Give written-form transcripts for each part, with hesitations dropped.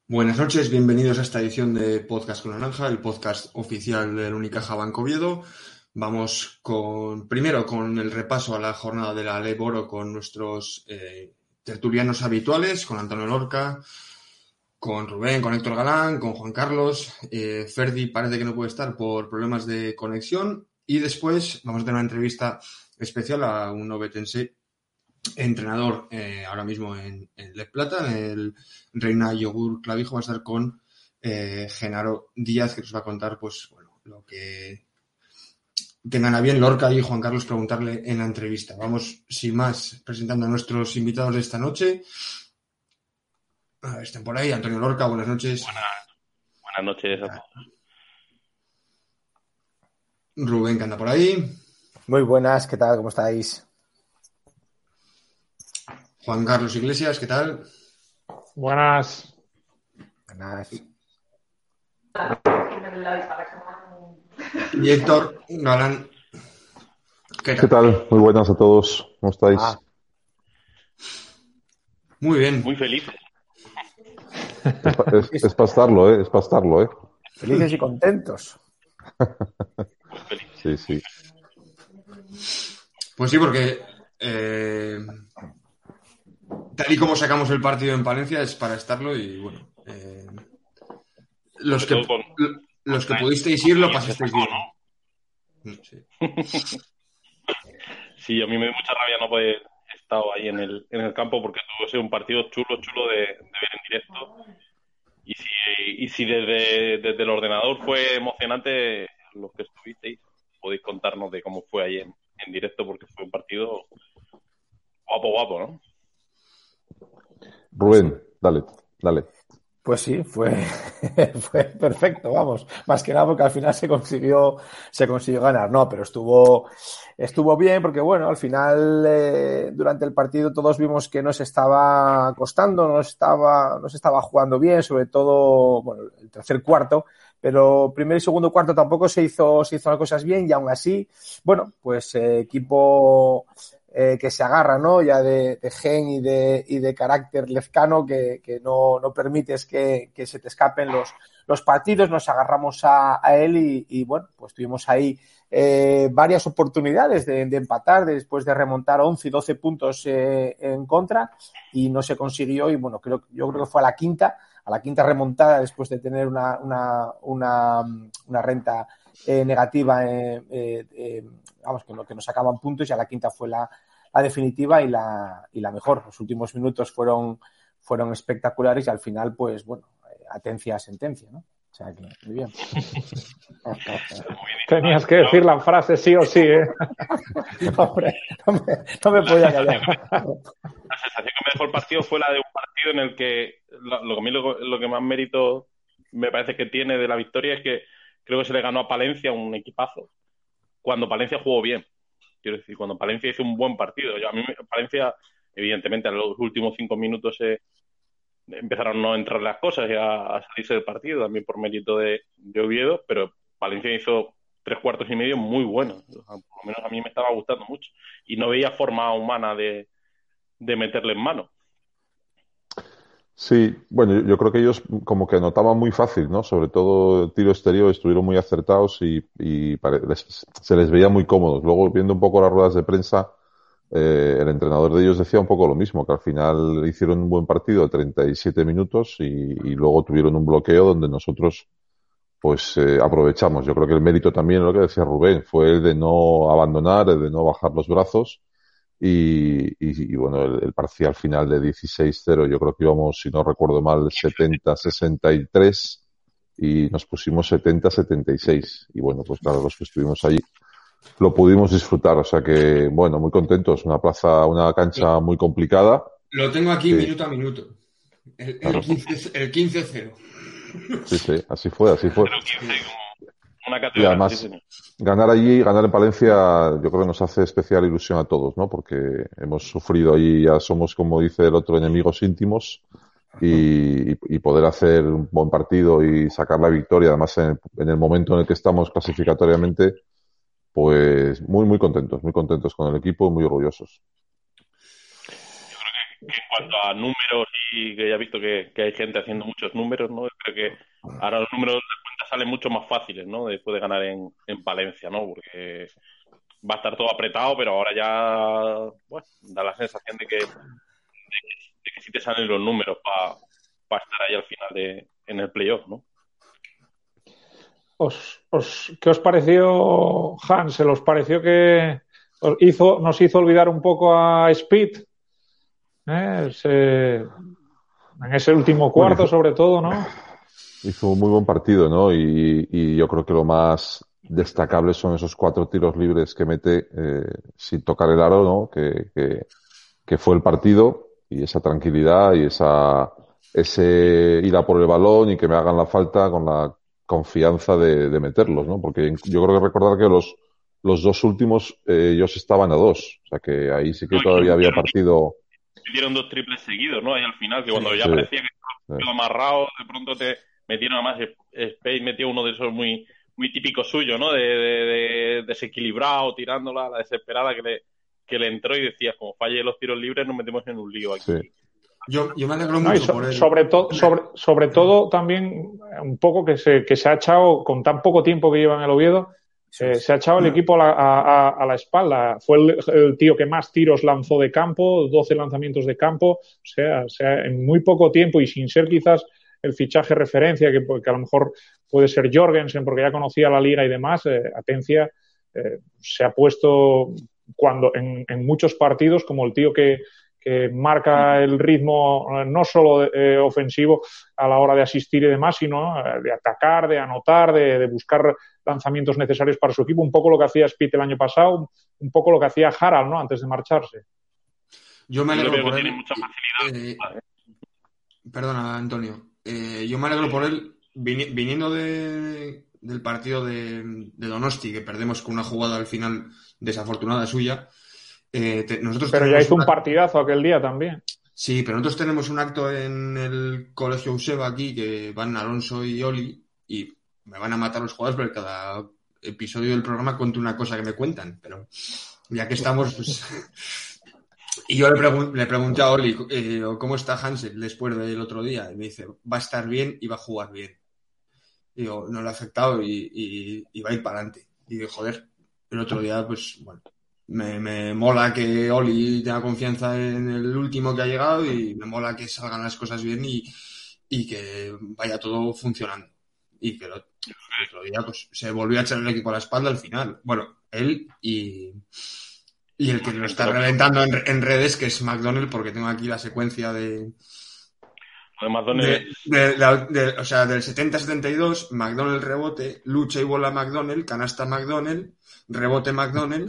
Buenas noches, bienvenidos a esta edición de Podcast con Naranja, el podcast oficial del Unicaja Banco Oviedo. Vamos primero con el repaso a la jornada de la Ley Oro con nuestros tertulianos habituales, con Antonio Lorca, con Rubén, con Héctor Galán, con Juan Carlos. Ferdi parece que no puede estar por problemas de conexión. Y después vamos a tener una entrevista especial a un ovetense entrenador ahora mismo en Les Plata, en el Reina Yogur Clavijo. Va a estar con Genaro Díaz, que nos va a contar lo que tengan a bien Lorca y Juan Carlos preguntarle en la entrevista. Vamos, sin más, presentando a nuestros invitados de esta noche. A ver, estén por ahí. Antonio Lorca, buenas noches. Buenas noches a todos. Rubén, que anda por ahí. Muy buenas, ¿qué tal? ¿Cómo estáis? Juan Carlos Iglesias, ¿qué tal? Buenas. Buenas. Y Héctor Galán. ¿Qué tal? Muy buenas a todos. ¿Cómo estáis? Muy bien. Muy feliz. Es para estarlo, ¿eh? Es para estarlo, ¿eh? Felices y contentos. Sí, sí. Pues sí, porque tal y como sacamos el partido en Palencia es para estarlo y bueno, los que pudisteis ir lo pasasteis bien. Sí. Sí, a mí me dio mucha rabia no poder estar ahí en el campo porque tuvo que ser un partido chulo de ver en directo. Y si desde el ordenador fue emocionante, los que estuvisteis podéis contarnos de cómo fue ahí en directo, porque fue un partido guapo, ¿no? Rubén, dale. Pues sí, fue perfecto, vamos. Más que nada porque al final se consiguió ganar, no, pero estuvo bien porque bueno, al final durante el partido todos vimos que nos estaba costando, no se estaba jugando bien, sobre todo, bueno, el tercer cuarto, pero primer y segundo cuarto tampoco se hizo las cosas bien y aún así, bueno, pues equipo que se agarra, ¿no? Ya de gen y de carácter lezcano que no permites que se te escapen los partidos. Nos agarramos a él y bueno, pues tuvimos ahí varias oportunidades de empatar después de remontar 11 y 12 puntos en contra y no se consiguió y bueno, yo creo que fue a la quinta remontada después de tener una renta negativa, vamos, que nos sacaban puntos y a la quinta fue la definitiva y la mejor. Los últimos minutos fueron espectaculares y al final, pues bueno, atencia a sentencia, ¿no? O sea que muy bien. Tenías que decir la frase sí o sí, ¿eh? Hombre, no me podía callar. La sensación que me dejó el partido fue la de un partido en el que lo que más mérito me parece que tiene de la victoria es que creo que se le ganó a Palencia, un equipazo, cuando Palencia jugó bien. Quiero decir, cuando Palencia hizo un buen partido. A mí Palencia, evidentemente, a los últimos 5 minutos empezaron a no entrar las cosas y a salirse del partido, también por mérito de Oviedo, pero Valencia hizo 3 cuartos y medio muy buenos. Por lo menos a mí me estaba gustando mucho. Y no veía forma humana de meterle en mano. Sí, bueno, yo creo que ellos como que anotaban muy fácil, ¿no? Sobre todo el tiro exterior estuvieron muy acertados y se les veía muy cómodos. Luego, viendo un poco las ruedas de prensa, el entrenador de ellos decía un poco lo mismo, que al final hicieron un buen partido de 37 minutos y luego tuvieron un bloqueo donde nosotros pues aprovechamos. Yo creo que el mérito también, lo que decía Rubén, fue el de no abandonar, el de no bajar los brazos y bueno, el parcial final de 16-0, yo creo que íbamos, si no recuerdo mal, 70-63 y nos pusimos 70-76 y bueno, pues claro, los que estuvimos allí lo pudimos disfrutar, o sea que bueno, muy contentos, una cancha muy complicada. Lo tengo aquí minuto a minuto. El 15-0. Sí, así fue. Una y además, ganar allí, ganar en Palencia, yo creo que nos hace especial ilusión a todos, ¿no? Porque hemos sufrido allí, ya somos, como dice el otro, enemigos íntimos y poder hacer un buen partido y sacar la victoria, además en el momento en el que estamos clasificatoriamente, pues muy contentos con el equipo, muy orgullosos. en cuanto a números y que ya he visto que hay gente haciendo muchos números, ¿no? Creo que ahora los números de cuenta salen mucho más fáciles, ¿no? Después de ganar en Valencia, ¿no? Porque va a estar todo apretado, pero ahora ya, bueno, da la sensación de que sí te salen los números para estar ahí al final en el playoff, ¿no? ¿Qué os pareció, Hans? ¿Se os pareció que nos hizo olvidar un poco a Speed? En ese último cuarto, sobre todo, ¿no? Hizo un muy buen partido, ¿no? Y yo creo que lo más destacable son esos 4 tiros libres que mete sin tocar el aro, ¿no? Que fue el partido, y esa tranquilidad y ese ir a por el balón y que me hagan la falta con la confianza de meterlos, ¿no? Porque yo creo que recordar que los 2 últimos ellos estaban a 2, o sea que ahí sí que todavía había partido. Metieron 2 triples seguidos, ¿no? Ahí al final, que cuando ya parecía que estaba amarrado, de pronto te metieron, además Space metió uno de esos muy, muy típicos suyos, ¿no? De desequilibrado, tirándola a la desesperada que le entró, y decías, como falle los tiros libres, nos metemos en un lío aquí. Sí. Yo me alegro mucho por él. Sobre todo también un poco que se ha echado, con tan poco tiempo que lleva en el Oviedo, se ha echado el equipo a la espalda. Fue el tío que más tiros lanzó de campo, 12 lanzamientos de campo, o sea, en muy poco tiempo, y sin ser quizás el fichaje referencia, que a lo mejor puede ser Jorgensen, porque ya conocía la liga y demás. Atencia se ha puesto en muchos partidos como el tío que marca el ritmo, no solo ofensivo a la hora de asistir y demás, sino de atacar, de anotar, de buscar lanzamientos necesarios para su equipo. Un poco lo que hacía Speed el año pasado, un poco lo que hacía Harald, ¿no? Antes de marcharse. Yo me alegro por él. Tiene mucha facilidad. Perdona, Antonio. Yo me alegro por él viniendo del partido de Donosti, que perdemos con una jugada al final desafortunada suya. Pero ya hizo un partidazo aquel día también. Sí, pero nosotros tenemos un acto en el colegio Euseba aquí, que van Alonso y Oli, y me van a matar los jugadores porque cada episodio del programa cuento una cosa que me cuentan, pero ya que estamos, pues... Y yo le pregunté a Oli, ¿cómo está Hansel después del otro día? Y me dice, va a estar bien y va a jugar bien. Y digo, no le ha afectado y va a ir para adelante. Y digo, joder, el otro día, pues, bueno, me mola que Oli tenga confianza en el último que ha llegado, y me mola que salgan las cosas bien y que vaya todo funcionando. Y que el otro día, pues, se volvió a echar el equipo a la espalda al final. Bueno, él y el que lo está reventando en redes, que es McDonnell, porque tengo aquí la secuencia de McDonnell. O sea, del 70-72, McDonnell rebote, lucha y bola McDonnell, canasta McDonnell, rebote McDonnell.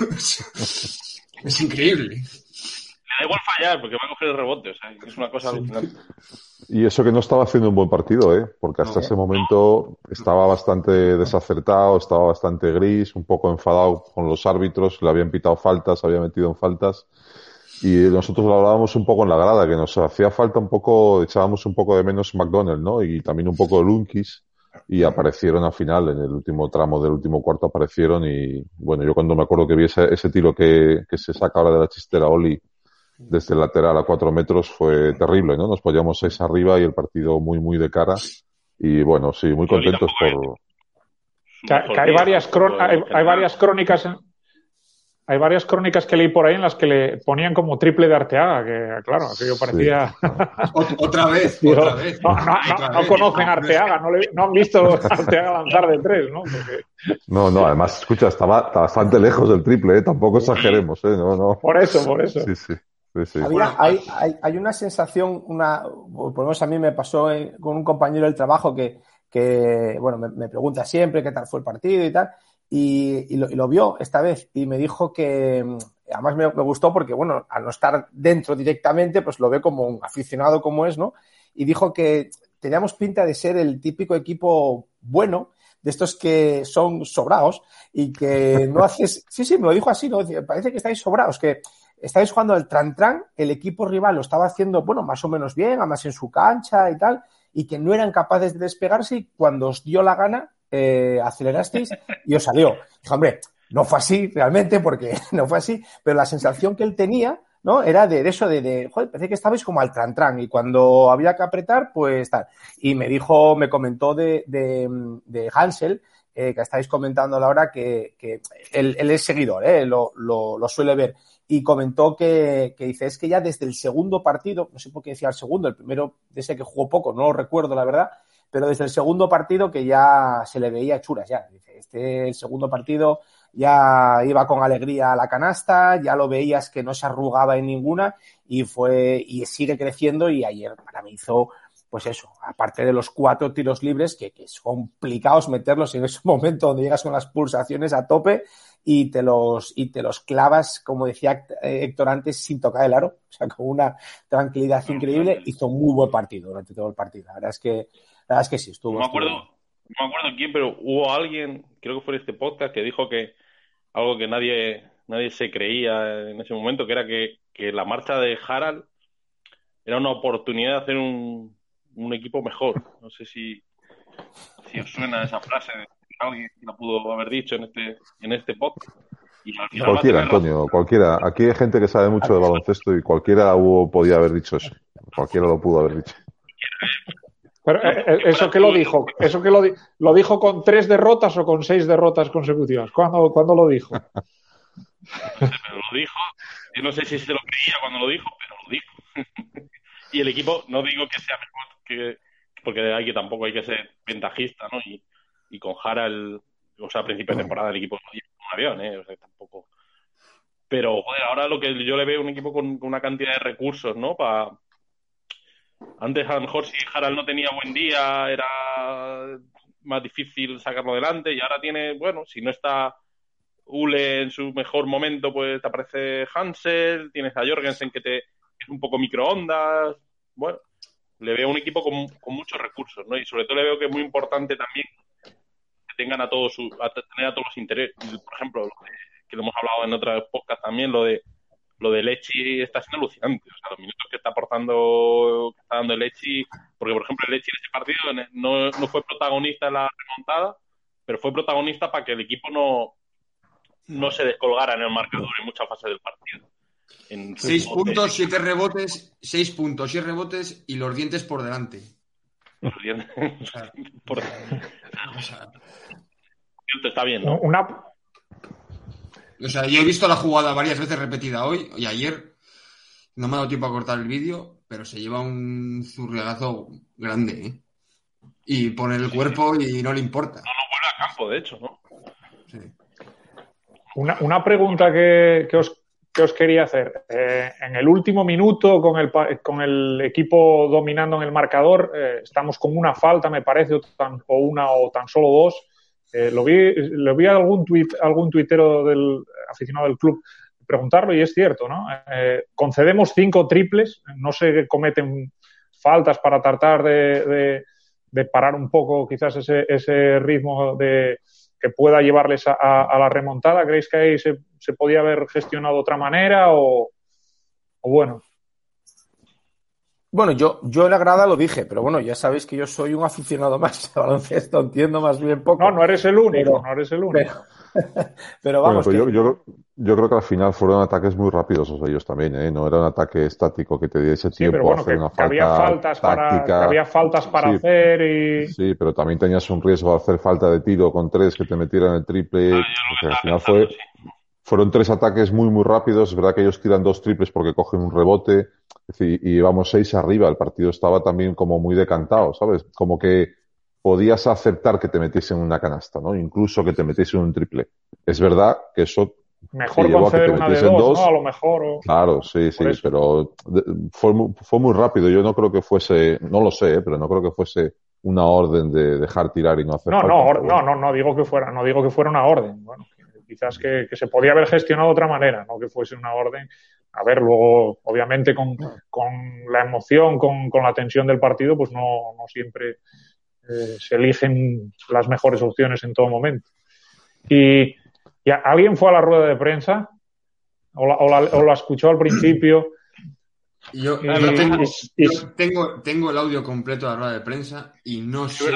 Es increíble. Le da igual fallar, porque va a coger el rebote, o sea, es una cosa alucinante. Y eso que no estaba haciendo un buen partido, porque hasta ese momento estaba bastante desacertado, estaba bastante gris, un poco enfadado con los árbitros, le habían pitado faltas, había metido en faltas, y nosotros lo hablábamos un poco en la grada, que nos hacía falta un poco, echábamos un poco de menos McDonnell, ¿no? Y también un poco de Lunkis, y aparecieron al final, en el último tramo del último cuarto aparecieron, y bueno, yo cuando me acuerdo que vi ese tiro que se saca ahora de la chistera Oli, desde el lateral a 4 metros, fue terrible, ¿no? Nos poníamos 6 arriba y el partido muy, muy de cara. Y bueno, sí, muy contentos por... Que hay varias crónicas... Hay varias crónicas que leí por ahí en las que le ponían como triple de Arteaga, que claro, aquello parecía... Sí. Otra vez. No conocen a Arteaga, no han visto a Arteaga lanzar de 3, ¿no? Porque... No, además, escucha, estaba bastante lejos del triple, tampoco exageremos, No. Por eso. Sí. Hay una sensación, por lo menos a mí me pasó con un compañero del trabajo que bueno, me pregunta siempre qué tal fue el partido y tal, y lo vio esta vez y me dijo que, además me gustó porque, bueno, al no estar dentro directamente, pues lo ve como un aficionado como es, ¿no? Y dijo que teníamos pinta de ser el típico equipo bueno, de estos que son sobrados y que no haces... Sí, me lo dijo así, ¿no? Parece que estáis sobrados, que estáis jugando al tran-tran, el equipo rival lo estaba haciendo, bueno, más o menos bien, además en su cancha y tal, y que no eran capaces de despegarse, y cuando os dio la gana, acelerasteis y os salió. Dijo, hombre, no fue así realmente, porque no fue así, pero la sensación que él tenía ¿no? Era de eso, joder, parece que estabais como al trantrán y cuando había que apretar, pues tal. Y me comentó de Hansel, que estáis comentando ahora que él es seguidor, lo suele ver. Y comentó que dice, es que ya desde el segundo partido, no sé por qué decía el segundo, el primero de ese que jugó poco, no lo recuerdo la verdad, pero desde el segundo partido que ya se le veía churas ya. Dice, el segundo partido ya iba con alegría a la canasta, ya lo veías que no se arrugaba en ninguna y sigue creciendo y ayer para mí hizo, pues eso, aparte de los 4 tiros libres, que es complicados meterlos en ese momento donde llegas con las pulsaciones a tope y te los clavas, como decía Héctor antes, sin tocar el aro, o sea, con una tranquilidad increíble. Hizo un muy buen partido durante todo el partido. La verdad es que sí, estuvo. No me acuerdo quién, pero hubo alguien, creo que fue en este podcast, que dijo que algo que nadie se creía en ese momento, que era que la marcha de Harald era una oportunidad de hacer un equipo mejor. No sé si os suena esa frase de alguien que la pudo haber dicho en este podcast. Y al final cualquiera, Antonio, cualquiera. Aquí hay gente que sabe mucho de baloncesto y cualquiera podía haber dicho eso. Cualquiera lo pudo haber dicho. Pero eso que lo dijo, lo dijo con 3 derrotas o con 6 derrotas consecutivas. ¿Cuándo lo dijo? No sé, pero lo dijo. Yo no sé si se lo creía cuando lo dijo, pero lo dijo. Y el equipo, no digo que sea mejor porque tampoco hay que ser ventajista, ¿no? Y con Harald, o sea, a principio de temporada el equipo no lleva un avión, o sea, tampoco. Pero, joder, ahora lo que yo le veo un equipo con una cantidad de recursos, ¿no? Antes, a lo mejor, si Harald no tenía buen día, era más difícil sacarlo adelante. Y ahora tiene, bueno, si no está Ule en su mejor momento, pues te aparece Hansel. Tienes a Jorgensen que es un poco microondas. Bueno, le veo un equipo con muchos recursos, ¿no? Y sobre todo le veo que es muy importante también que tengan tener a todos los intereses. Por ejemplo, que lo hemos hablado en otras podcasts también, lo de Lecce está siendo alucinante. O sea, los minutos que está dando el Lecce, porque por ejemplo el Lecce en ese partido no fue protagonista en la remontada, pero fue protagonista para que el equipo no se descolgara en el marcador en muchas fases del partido. 6 puntos, 7 rebotes, 6 puntos, 7 rebotes y los dientes por delante. Los dientes por delante. Está bien, ¿no? O sea, yo he visto la jugada varias veces repetida hoy y ayer. No me ha dado tiempo a cortar el vídeo, pero se lleva un zurriagazo grande, ¿eh? Y pone el cuerpo y no le importa. No vuelve a campo, de hecho, ¿no? Sí. Una pregunta que os quería hacer. En el último minuto, con el equipo dominando en el marcador, estamos con una falta, me parece, o una o tan solo 2. Lo vi algún tuitero del aficionado del club preguntarlo y es cierto, ¿no? Concedemos 5 triples, no se cometen faltas para tratar de parar un poco quizás ese ritmo que pueda llevarles a la remontada. ¿Creéis que ahí se podía haber gestionado de otra manera o bueno? Bueno, yo en la grada lo dije, pero bueno, ya sabéis que yo soy un aficionado más al baloncesto, entiendo más bien poco. No eres el único, Pero vamos. Bueno, yo creo que al final fueron ataques muy rápidos ellos también, ¿eh? No era un ataque estático que te diese tiempo a hacer una falta táctica. Que había faltas para hacer y... Sí, pero también tenías un riesgo de hacer falta de tiro con 3 que te metieran el triple. Al final fueron 3 ataques muy, muy rápidos. Es verdad que ellos tiran 2 triples porque cogen un rebote. Es decir, y íbamos 6 arriba. El partido estaba también como muy decantado, ¿sabes? Como que podías aceptar que te metiesen una canasta, ¿no? Incluso que te metiesen un triple. Es verdad que eso mejor conceder una de 2, ¿no? A lo mejor. Claro, sí, pero fue muy rápido. Yo no creo que fuese, no lo sé, pero no creo que fuese una orden de dejar tirar y no hacer falta. No digo que fuera una orden. Bueno, quizás que se podía haber gestionado de otra manera, no que fuese una orden. A ver, luego, obviamente, con la emoción, con la tensión del partido, pues no siempre se eligen las mejores opciones en todo momento. ¿Y alguien fue a la rueda de prensa? ¿O la escuchó al principio? Yo tengo el audio completo de la rueda de prensa y no sé.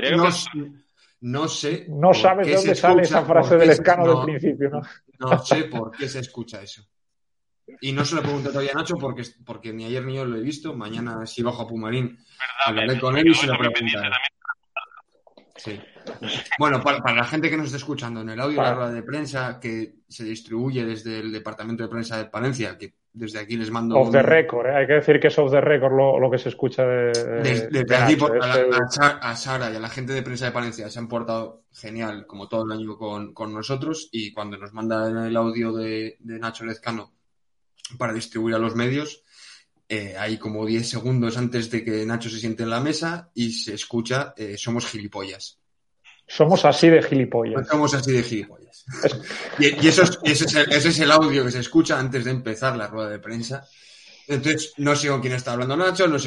No sé. No sabes de dónde sale esa frase del escano del principio, ¿no? No sé por qué se escucha eso. Y no se lo pregunté todavía a Nacho porque ni ayer ni yo lo he visto. Mañana, si bajo a Pumarín, hablaré con él y se lo preguntaré. Sí. Bueno, para la gente que nos está escuchando, en el audio de la rueda de prensa que se distribuye desde el Departamento de Prensa de Palencia, que desde aquí les mando... Off the record, hay que decir que es off the record lo que se escucha desde aquí a Sara y a la gente de Prensa de Palencia se han portado genial, como todo el año con nosotros, y cuando nos mandan el audio de Nacho Lezcano para distribuir a los medios, hay como 10 segundos antes de que Nacho se siente en la mesa y se escucha somos gilipollas. Somos así de gilipollas. Somos así de gilipollas. Y ese es el audio que se escucha antes de empezar la rueda de prensa. Entonces, no sé con quién está hablando Nacho, no sé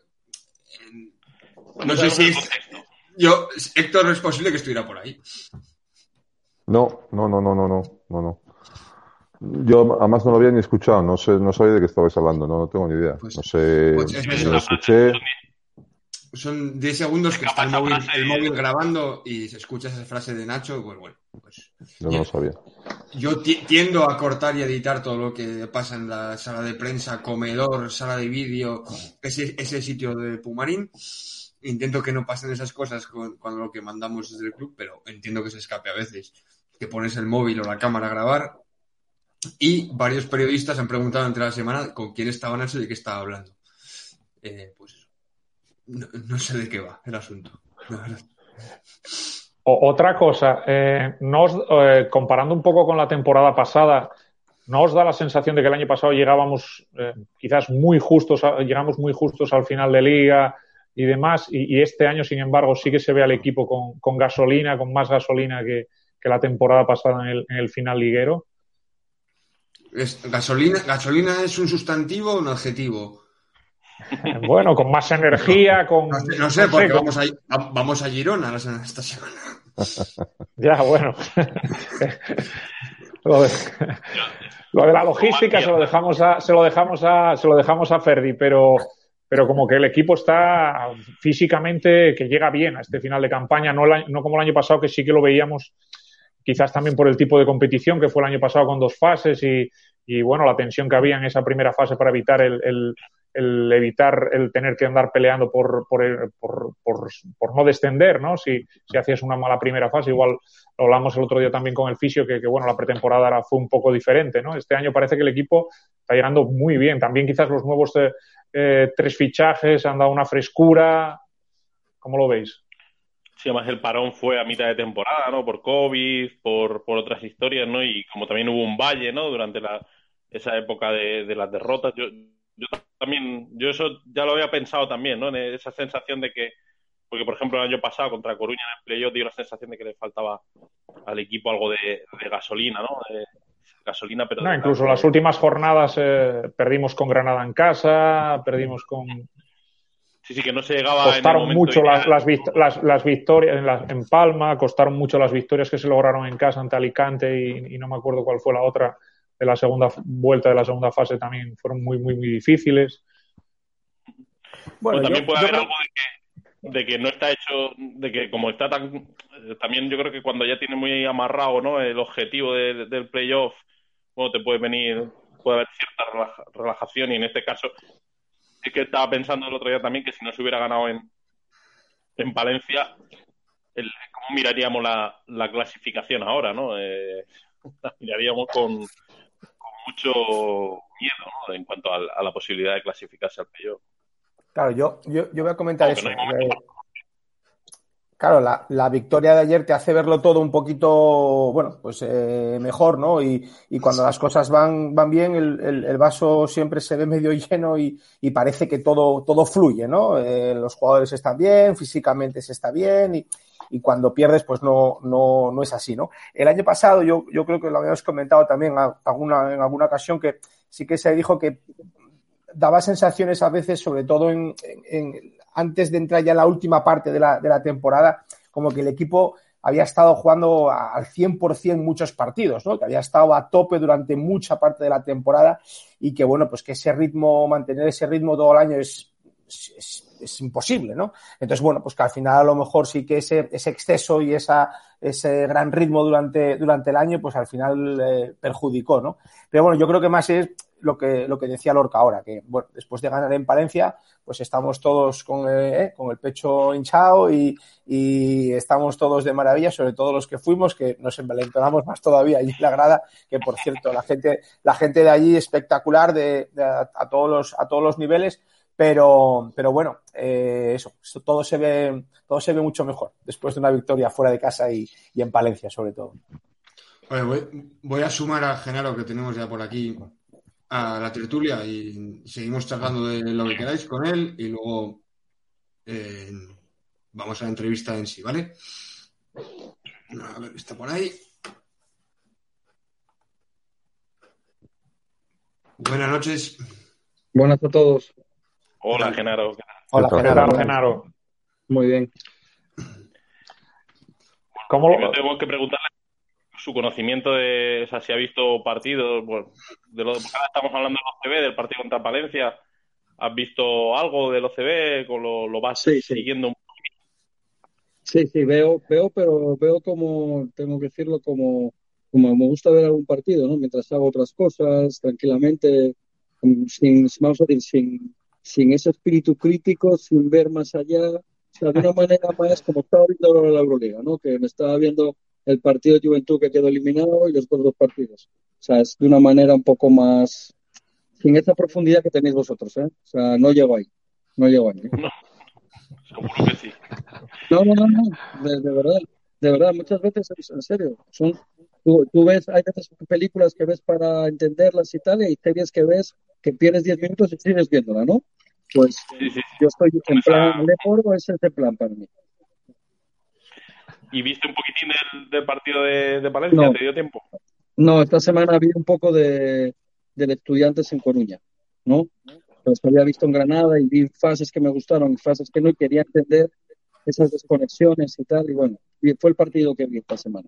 sé si Héctor, es posible que estuviera por ahí. No. Yo además no lo había ni escuchado, no sabía de qué estabais hablando, no tengo ni idea. No sé, ni lo escuché. Son 10 segundos que está el móvil grabando y se escucha esa frase de Nacho, pues yo no lo sabía. Yo tiendo a cortar y editar todo lo que pasa en la sala de prensa, comedor, sala de vídeo, ese sitio de Pumarín. Intento que no pasen esas cosas con lo que mandamos desde el club, pero entiendo que se escape a veces. Que pones el móvil o la cámara a grabar y varios periodistas han preguntado entre la semana con quién estaba Nacho y de qué estaba hablando. Pues no sé de qué va el asunto, la verdad. Otra cosa, comparando un poco con la temporada pasada, ¿no os da la sensación de que el año pasado llegábamos quizás llegamos muy justos al final de liga y demás, y este año, sin embargo, sí que se ve al equipo con gasolina, con más gasolina que la temporada pasada en el final liguero? ¿Gasolina es un sustantivo o un adjetivo? Bueno, con más energía, con... No sé, porque vamos a Girona esta semana. Ya, bueno. Lo de la logística se lo dejamos a Ferdi, pero como que el equipo está físicamente que llega bien a este final de campaña, no como el año pasado, que sí que lo veíamos quizás también por el tipo de competición que fue el año pasado con 2 fases y bueno, la tensión que había en esa primera fase para evitar evitar el tener que andar peleando por no descender, ¿no? Si hacías una mala primera fase, igual lo hablamos el otro día también con el fisio, que bueno, la pretemporada fue un poco diferente, ¿no? Este año parece que el equipo está llegando muy bien. También quizás los nuevos 3 fichajes han dado una frescura. ¿Cómo lo veis? Sí, además el parón fue a mitad de temporada, ¿no? Por COVID, por otras historias, ¿no? Y como también hubo un valle, ¿no? Durante esa época de las derrotas. Yo eso ya lo había pensado también, ¿no? En esa sensación de que, porque por ejemplo el año pasado contra Coruña en el playoff dio la sensación de que le faltaba al equipo algo de gasolina, ¿no? Gasolina, pero... No, incluso las últimas jornadas perdimos con Granada en casa, perdimos con... Sí, que no se llegaba. Costaron mucho las victorias en Palma, costaron mucho las victorias que se lograron en casa ante Alicante y no me acuerdo cuál fue la otra de la segunda vuelta de la segunda fase, también fueron muy, muy, muy difíciles. Bueno, también puede haber algo de que no está hecho, de que como está tan... También yo creo que cuando ya tiene muy amarrado, ¿no?, el objetivo del playoff, bueno, puede haber cierta relajación y en este caso... Es que estaba pensando el otro día también que si no se hubiera ganado en Palencia, ¿cómo miraríamos la clasificación ahora, no? La miraríamos con mucho miedo, ¿no? En cuanto a la posibilidad de clasificarse al playoff. Claro, yo voy a comentar eso. Claro, la victoria de ayer te hace verlo todo un poquito, bueno, pues mejor, ¿no? Y cuando las cosas van bien, el vaso siempre se ve medio lleno y parece que todo fluye, ¿no? Los jugadores están bien, físicamente se está bien y cuando pierdes, pues no es así, ¿no? El año pasado, yo creo que lo habíamos comentado también en alguna ocasión, que sí que se dijo que daba sensaciones a veces, sobre todo antes de entrar ya en la última parte de la temporada, como que el equipo había estado jugando al 100% muchos partidos, ¿no? Que había estado a tope durante mucha parte de la temporada y que, bueno, pues que mantener ese ritmo todo el año es imposible, ¿no? Entonces, bueno, pues que al final a lo mejor sí que ese exceso y ese gran ritmo durante el año, pues al final perjudicó, ¿no? Pero bueno, yo creo que más es lo que decía Lorca ahora, que bueno, después de ganar en Palencia, pues estamos todos con el pecho hinchado y estamos todos de maravilla, sobre todo los que fuimos, que nos envalentonamos más todavía allí en la grada, que por cierto, la gente de allí espectacular a todos los niveles, pero bueno, eso todo se ve mucho mejor después de una victoria fuera de casa y en Palencia, sobre todo. Vale, voy a sumar a Genaro, que tenemos ya por aquí, a la tertulia, y seguimos charlando de lo que queráis con él y luego vamos a la entrevista en sí, ¿vale? A ver, está por ahí. Buenas noches. Buenas a todos. Hola, Genaro. Hola, Genaro. Muy bien. ¿Cómo Yo tengo que preguntarle su conocimiento de, o sea, si ha visto partidos, bueno, ahora estamos hablando del OCB, del partido contra Palencia. ¿Has visto algo del OCB? ¿Lo vas siguiendo un poco? Sí, veo, pero veo como, tengo que decirlo, como me gusta ver algún partido, ¿no? Mientras hago otras cosas, tranquilamente, vamos a decir, sin ese espíritu crítico, sin ver más allá, o sea, de una manera más como estaba viendo la Euroliga, ¿no? Que me estaba viendo el partido de Juventud que quedó eliminado y los dos partidos. O sea, es de una manera un poco más, sin esa profundidad que tenéis vosotros, ¿eh? O sea, no llego ahí, ¿eh? No, seguro que sí. No, de verdad, muchas veces, en serio, tú ves, hay veces películas que ves para entenderlas y tal, y hay series que ves que pierdes 10 minutos y sigues viéndola, ¿no? Pues Sí. yo estoy en plan, Leporo es ese plan para mí. ¿Y viste un poquitín del partido de Palencia? No. ¿Te dio tiempo? No, esta semana vi un poco del Estudiantes en Coruña, ¿no? Pues había visto en Granada y vi fases que me gustaron y fases que no, y quería entender esas desconexiones y tal, y bueno, fue el partido que vi esta semana.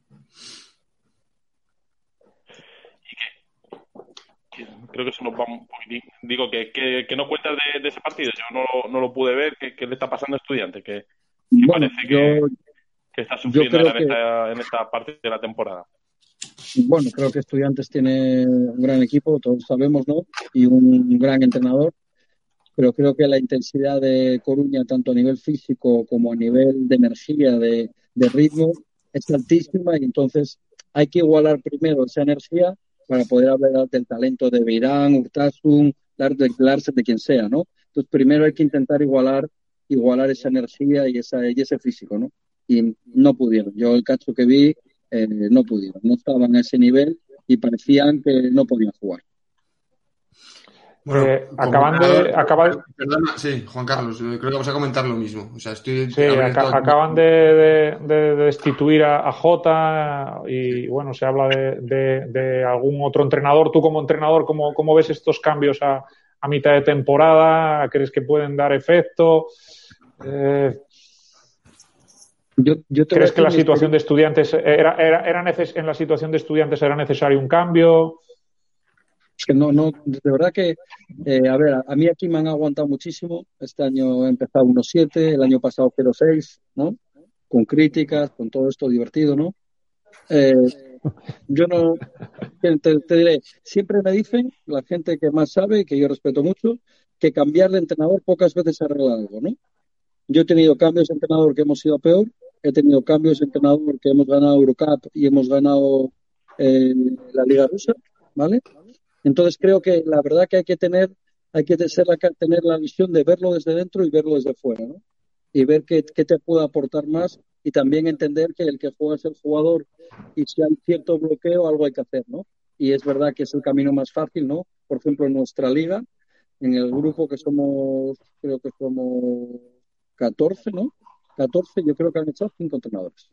Creo que se nos va un poquitín. Digo, que no cuentas de ese partido. Yo no lo pude ver. ¿Qué le está pasando a Estudiantes? Que Bueno, parece que está sufriendo en esta parte de la temporada. Bueno, creo que Estudiantes tiene un gran equipo, todos sabemos, ¿no? Y un gran entrenador, pero creo que la intensidad de Coruña, tanto a nivel físico como a nivel de energía, de ritmo, es altísima, y entonces hay que igualar primero esa energía para poder hablar del talento de Beirán, Urtasun, Larsen, de quien sea, ¿no? Entonces primero hay que intentar igualar esa energía y ese físico, ¿no? Y no pudieron. Yo el cacho que vi, no pudieron, no estaban a ese nivel y parecían que no podían jugar. Bueno, Perdona, sí, Juan Carlos, creo que vamos a comentar lo mismo. O sea, acaban de destituir a Jota y bueno, se habla de algún otro entrenador. Tú como entrenador, ¿cómo ves estos cambios a mitad de temporada? ¿Crees que pueden dar efecto? ¿Crees que la situación de Estudiantes en la situación de Estudiantes era necesario un cambio? Es que no, de verdad que, a ver, a mí aquí me han aguantado muchísimo. Este año he empezado 1-7, el año pasado 0-6, ¿no? Con críticas, con todo esto divertido, ¿no? Yo no, te diré, siempre me dicen, la gente que más sabe, que yo respeto mucho, que cambiar de entrenador pocas veces arregla algo, ¿no? Yo he tenido cambios de entrenador que hemos ido a peor, he tenido cambios de entrenador que hemos ganado Eurocup y hemos ganado la Liga Rusa, ¿vale? Entonces creo que la verdad que hay que tener la visión de verlo desde dentro y verlo desde fuera, ¿no? Y ver qué te puede aportar más, y también entender que el que juega es el jugador, y si hay cierto bloqueo, algo hay que hacer, ¿no? Y es verdad que es el camino más fácil, ¿no? Por ejemplo, en nuestra liga, en el grupo creo que somos 14, ¿no? 14, yo creo que han echado 5 entrenadores.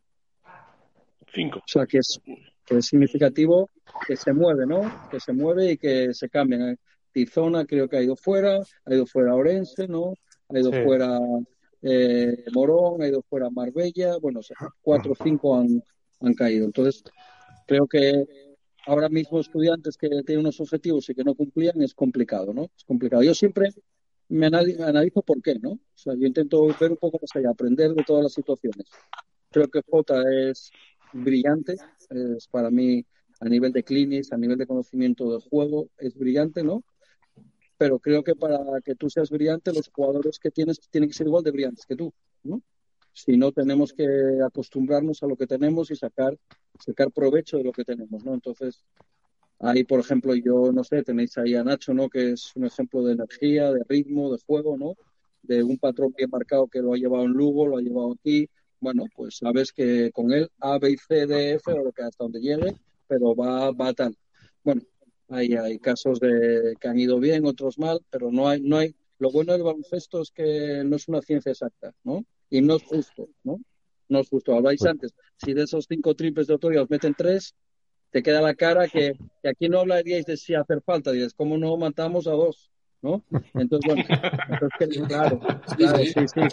5. O sea, que es significativo, que se mueve, ¿no? Que se mueve y que se cambian. Tizona creo que ha ido fuera Orense, ¿no? Ha ido fuera Morón, ha ido fuera Marbella. Bueno, o sea, 4 o 5 han caído. Entonces, creo que ahora mismo estudiantes que tienen unos objetivos y que no cumplían, es complicado, ¿no? Es complicado. Yo siempre me analizo por qué, ¿no? O sea, yo intento ver un poco más allá, aprender de todas las situaciones. Creo que Jota es brillante, es para mí a nivel de clinics, a nivel de conocimiento de juego, es brillante, ¿no? Pero creo que para que tú seas brillante, los jugadores que tienes tienen que ser igual de brillantes que tú, ¿no? Si no, tenemos que acostumbrarnos a lo que tenemos y sacar provecho de lo que tenemos, ¿no? Entonces, ahí, por ejemplo, yo no sé, tenéis ahí a Nacho, ¿no? Que es un ejemplo de energía, de ritmo, de juego, ¿no? De un patrón bien marcado que lo ha llevado en Lugo, lo ha llevado aquí. Bueno, pues sabes que con él A, B y C, D, F, o lo que hasta donde llegue, pero va tal. Bueno, hay casos de que han ido bien, otros mal, pero no hay. Lo bueno del baloncesto es que no es una ciencia exacta, ¿no? Y no es justo, ¿no? No es justo. Habláis antes, si de esos 5 triples de autoridad os meten 3, te queda la cara que aquí no hablaríais de si hacer falta, dices, ¿cómo no matamos a 2? ¿No? Entonces, bueno, claro, sí.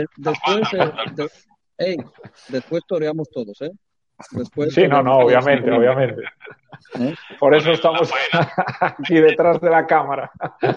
Después toreamos todos, ¿eh? Después sí, no, toreamos todos, obviamente. ¿Eh? Por eso estamos aquí detrás de la cámara.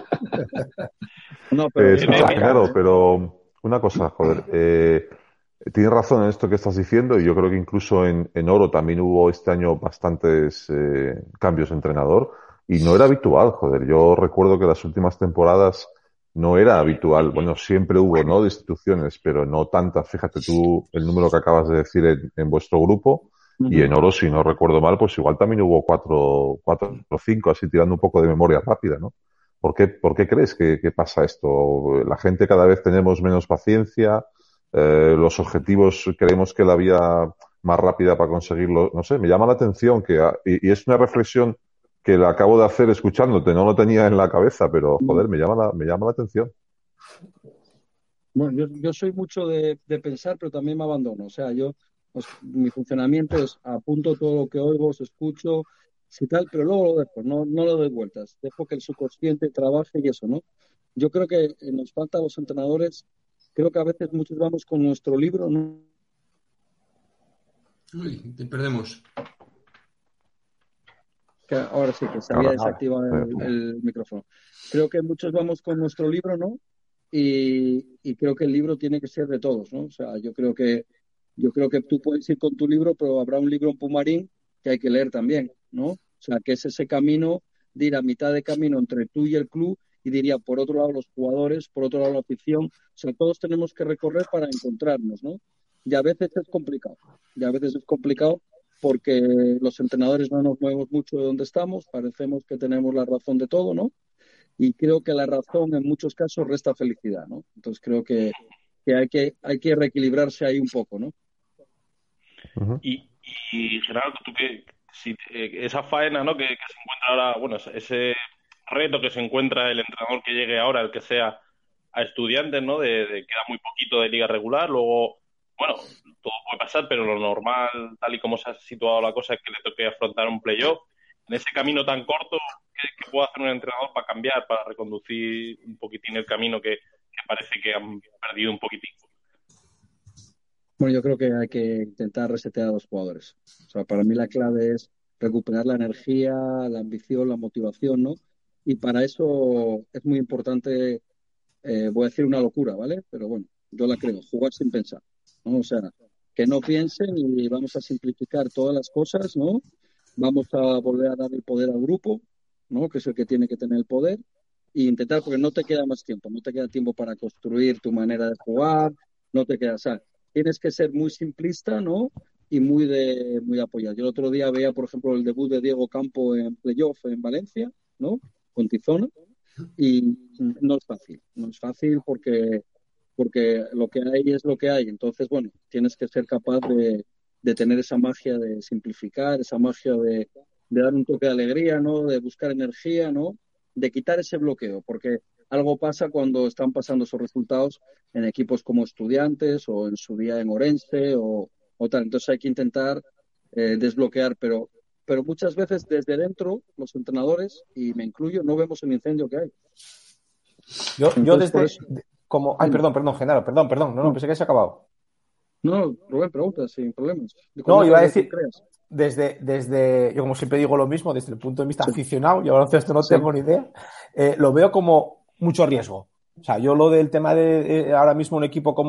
No, pero claro, pero una cosa, joder, tienes razón en esto que estás diciendo y yo creo que incluso en Oro también hubo este año bastantes cambios de entrenador y no era habitual, joder. Yo recuerdo que las últimas temporadas no era habitual. Bueno, siempre hubo, ¿no? De instituciones, pero no tantas. Fíjate tú el número que acabas de decir en vuestro grupo y en Oro, si no recuerdo mal, pues igual también hubo 4 o 5, así tirando un poco de memoria rápida, ¿no? ¿Por qué crees que pasa esto? La gente cada vez tenemos menos paciencia, los objetivos creemos que la vía más rápida para conseguirlo, no sé, me llama la atención y es una reflexión que la acabo de hacer escuchándote, no lo tenía en la cabeza, pero joder, me llama la atención. Bueno, yo soy mucho de pensar, pero también me abandono. O sea, mi funcionamiento es apunto todo lo que oigo, os escucho, si tal, pero luego lo dejo, no lo doy vueltas. Dejo que el subconsciente trabaje y eso, ¿no? Yo creo que nos falta a los entrenadores, creo que a veces muchos vamos con nuestro libro, ¿no? Uy, te perdemos. Que ahora sí, que se había desactivado el micrófono. Creo que muchos vamos con nuestro libro, ¿no? Y creo que el libro tiene que ser de todos, ¿no? O sea, yo creo que tú puedes ir con tu libro, pero habrá un libro en Pumarín que hay que leer también, ¿no? O sea, que es ese camino de ir a mitad de camino entre tú y el club y diría, por otro lado, los jugadores, por otro lado, la afición. O sea, todos tenemos que recorrer para encontrarnos, ¿no? Y a veces es complicado porque los entrenadores no nos movemos mucho de donde estamos, parecemos que tenemos la razón de todo, ¿no? Y creo que la razón en muchos casos resta felicidad, ¿no? Entonces creo que hay que reequilibrarse ahí un poco, ¿no? Y Gerardo, tú esa faena, ¿no? que se encuentra ahora, bueno, ese reto que se encuentra el entrenador que llegue ahora, el que sea a Estudiantes, ¿no? De queda muy poquito de liga regular, luego, bueno, todo puede pasar, pero lo normal, tal y como se ha situado la cosa, es que le toque afrontar un playoff. En ese camino tan corto, ¿qué puede hacer un entrenador para cambiar, para reconducir un poquitín el camino que parece que han perdido un poquitín? Bueno, yo creo que hay que intentar resetear a los jugadores. O sea, para mí la clave es recuperar la energía, la ambición, la motivación, ¿no? Y para eso es muy importante, voy a decir una locura, ¿vale? Pero bueno, yo la creo, jugar sin pensar, ¿no? O sea, que no piensen y vamos a simplificar todas las cosas, ¿no? Vamos a volver a dar el poder al grupo, ¿no? Que es el que tiene que tener el poder e intentar, porque no te queda más tiempo, no te queda tiempo para construir tu manera de jugar, no te queda, o sea, tienes que ser muy simplista, ¿no? Y muy de apoyar. Yo el otro día veía, por ejemplo, el debut de Diego Campo en playoff en Valencia, ¿no? Con Tizona, y no es fácil porque lo que hay es lo que hay. Entonces, bueno, tienes que ser capaz de tener esa magia de simplificar, esa magia de dar un toque de alegría, ¿no? De buscar energía, ¿no? De quitar ese bloqueo, porque algo pasa cuando están pasando esos resultados en equipos como Estudiantes o en su día en Orense o tal. Entonces hay que intentar desbloquear, pero muchas veces desde dentro los entrenadores, y me incluyo, no vemos el incendio que hay. Yo desde... Como... Ay, perdón, Genaro, perdón. No, pensé que se ha acabado. No, Rubén, pregunta, sin problemas. No, iba a decir... Desde, yo como siempre digo lo mismo, desde el punto de vista aficionado, yo baloncesto no tengo ni idea, lo veo como mucho riesgo. O sea, yo lo del tema de ahora mismo un equipo como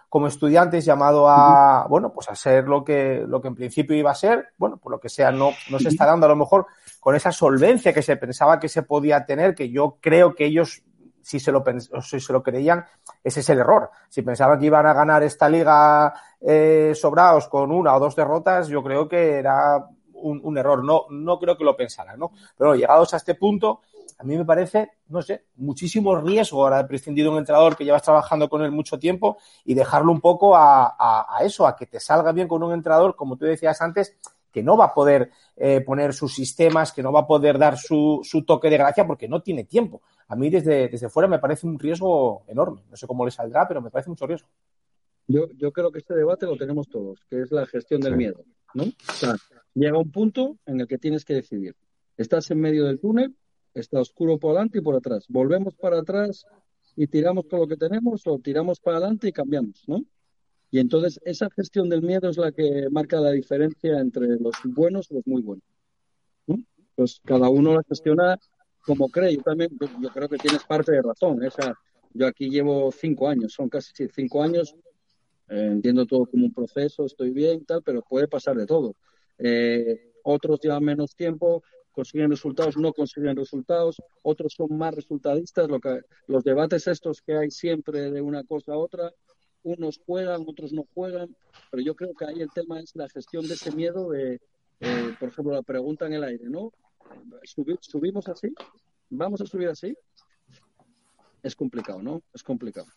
como Estudiantes, llamado a, bueno, pues a ser lo que en principio iba a ser. Bueno, por lo que sea, no se está dando a lo mejor con esa solvencia que se pensaba que se podía tener, que yo creo que ellos, si se lo creían, ese es el error. Si pensaban que iban a ganar esta liga sobrados con 1 o 2 derrotas, yo creo que era un error. No creo que lo pensaran, ¿no? Pero llegados a este punto, a mí me parece, no sé, muchísimo riesgo ahora de prescindir de un entrenador que llevas trabajando con él mucho tiempo y dejarlo un poco a eso, a que te salga bien con un entrenador, como tú decías antes, que no va a poder poner sus sistemas, que no va a poder dar su toque de gracia porque no tiene tiempo. A mí desde fuera me parece un riesgo enorme. No sé cómo le saldrá, pero me parece mucho riesgo. Yo creo que este debate lo tenemos todos, que es la gestión del miedo, ¿no? O sea, llega un punto en el que tienes que decidir. Estás en medio del túnel, está oscuro por delante y por atrás. ¿Volvemos para atrás y tiramos con lo que tenemos o tiramos para adelante y cambiamos, ¿no? Y entonces esa gestión del miedo es la que marca la diferencia entre los buenos y los muy buenos, ¿no? Pues cada uno la gestiona como cree. Yo creo que tienes parte de razón. Yo aquí llevo 5 años, son casi 5 años. Entiendo todo como un proceso, estoy bien, tal, pero puede pasar de todo. Otros llevan menos tiempo, consiguen resultados, no consiguen resultados, otros son más resultadistas, los debates estos que hay siempre de una cosa a otra, unos juegan, otros no juegan, pero yo creo que ahí el tema es la gestión de ese miedo por ejemplo, la pregunta en el aire, ¿no? ¿Subimos así? ¿Vamos a subir así? Es complicado, ¿no? Es complicado.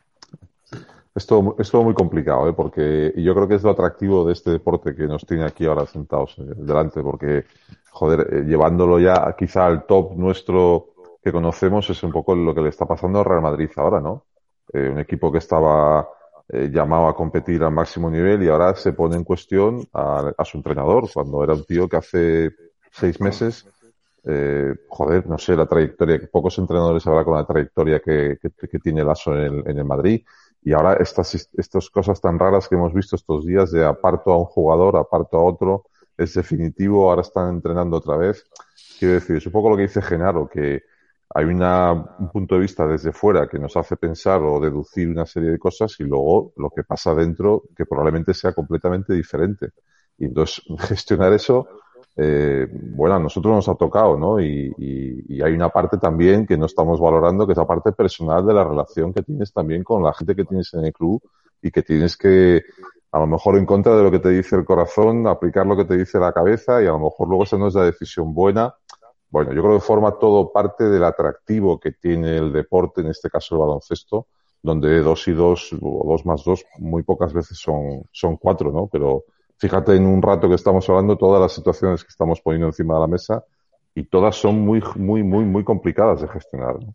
Es todo muy complicado, porque yo creo que es lo atractivo de este deporte que nos tiene aquí ahora sentados delante, porque, joder, llevándolo ya quizá al top nuestro que conocemos es un poco lo que le está pasando al Real Madrid ahora, ¿no? Un equipo que estaba llamado a competir al máximo nivel y ahora se pone en cuestión a su entrenador, cuando era un tío que hace 6 meses, joder, no sé, la trayectoria, pocos entrenadores habrá con la trayectoria que tiene Lasso en el Madrid. Y ahora estas cosas tan raras que hemos visto estos días de aparto a un jugador, aparto a otro, es definitivo, ahora están entrenando otra vez. Quiero decir, es un poco lo que dice Genaro, que hay un punto de vista desde fuera que nos hace pensar o deducir una serie de cosas y luego lo que pasa dentro que probablemente sea completamente diferente. Y entonces gestionar eso, bueno, a nosotros nos ha tocado, ¿no? Y hay una parte también que no estamos valorando, que es la parte personal de la relación que tienes también con la gente que tienes en el club y que tienes que, a lo mejor en contra de lo que te dice el corazón, aplicar lo que te dice la cabeza y a lo mejor luego esa no es la decisión buena. Bueno, yo creo que forma todo parte del atractivo que tiene el deporte, en este caso el baloncesto, donde 2 y 2 o 2 más 2 muy pocas veces son 4, ¿no? Pero fíjate en un rato que estamos hablando todas las situaciones que estamos poniendo encima de la mesa y todas son muy, muy, muy, muy complicadas de gestionar, ¿no?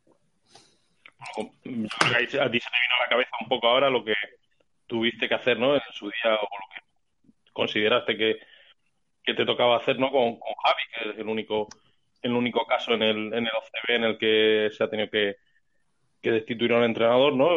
A ti se te vino a la cabeza un poco ahora lo que tuviste que hacer, ¿no? En su día, o lo que consideraste que te tocaba hacer, ¿no? Con Javi, que es el único caso en el OCB en el que se ha tenido que destituir a un entrenador, ¿no?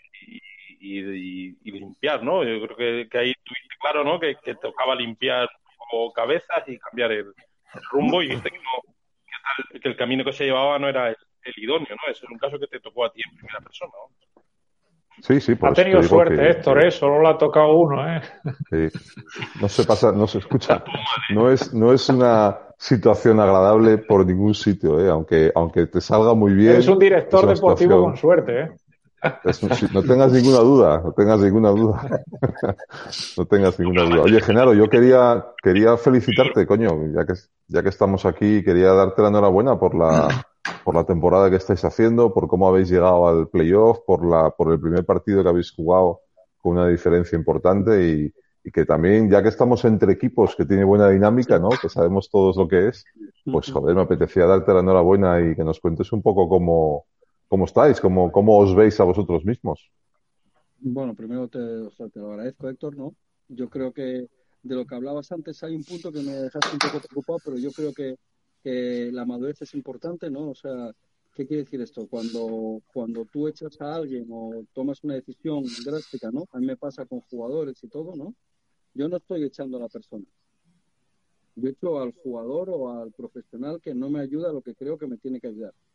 Y limpiar, ¿no? Yo creo que ahí tuviste claro, ¿no? Que tocaba limpiar un poco cabezas y cambiar el rumbo y viste que el camino que se llevaba no era el idóneo, ¿no? Ese es un caso que te tocó a ti en primera persona, ¿no? Sí, por Ha eso te tenido digo suerte, Héctor, solo le ha tocado uno, ¿eh? No se pasa, no se escucha. No es una situación agradable por ningún sitio, aunque te salga muy bien. Eres un director deportivo con suerte, ¿eh? No tengas ninguna duda, no tengas ninguna duda. No tengas ninguna duda. Oye, Genaro, yo quería felicitarte, coño, ya que estamos aquí, quería darte la enhorabuena por la temporada que estáis haciendo, por cómo habéis llegado al playoff, por el primer partido que habéis jugado con una diferencia importante y que también, ya que estamos entre equipos que tiene buena dinámica, ¿no? Que sabemos todos lo que es, pues joder, me apetecía darte la enhorabuena y que nos cuentes un poco cómo estáis, cómo os veis a vosotros mismos. Bueno, primero te lo agradezco, Héctor, ¿no? Yo creo que de lo que hablabas antes hay un punto que me dejaste un poco preocupado, pero yo creo que la madurez es importante, ¿no? O sea, ¿qué quiere decir esto? Cuando tú echas a alguien o tomas una decisión drástica, ¿no? A mí me pasa con jugadores y todo, ¿no? Yo no estoy echando a la persona. Yo echo al jugador o al profesional que no me ayuda a lo que creo que me tiene que ayudar.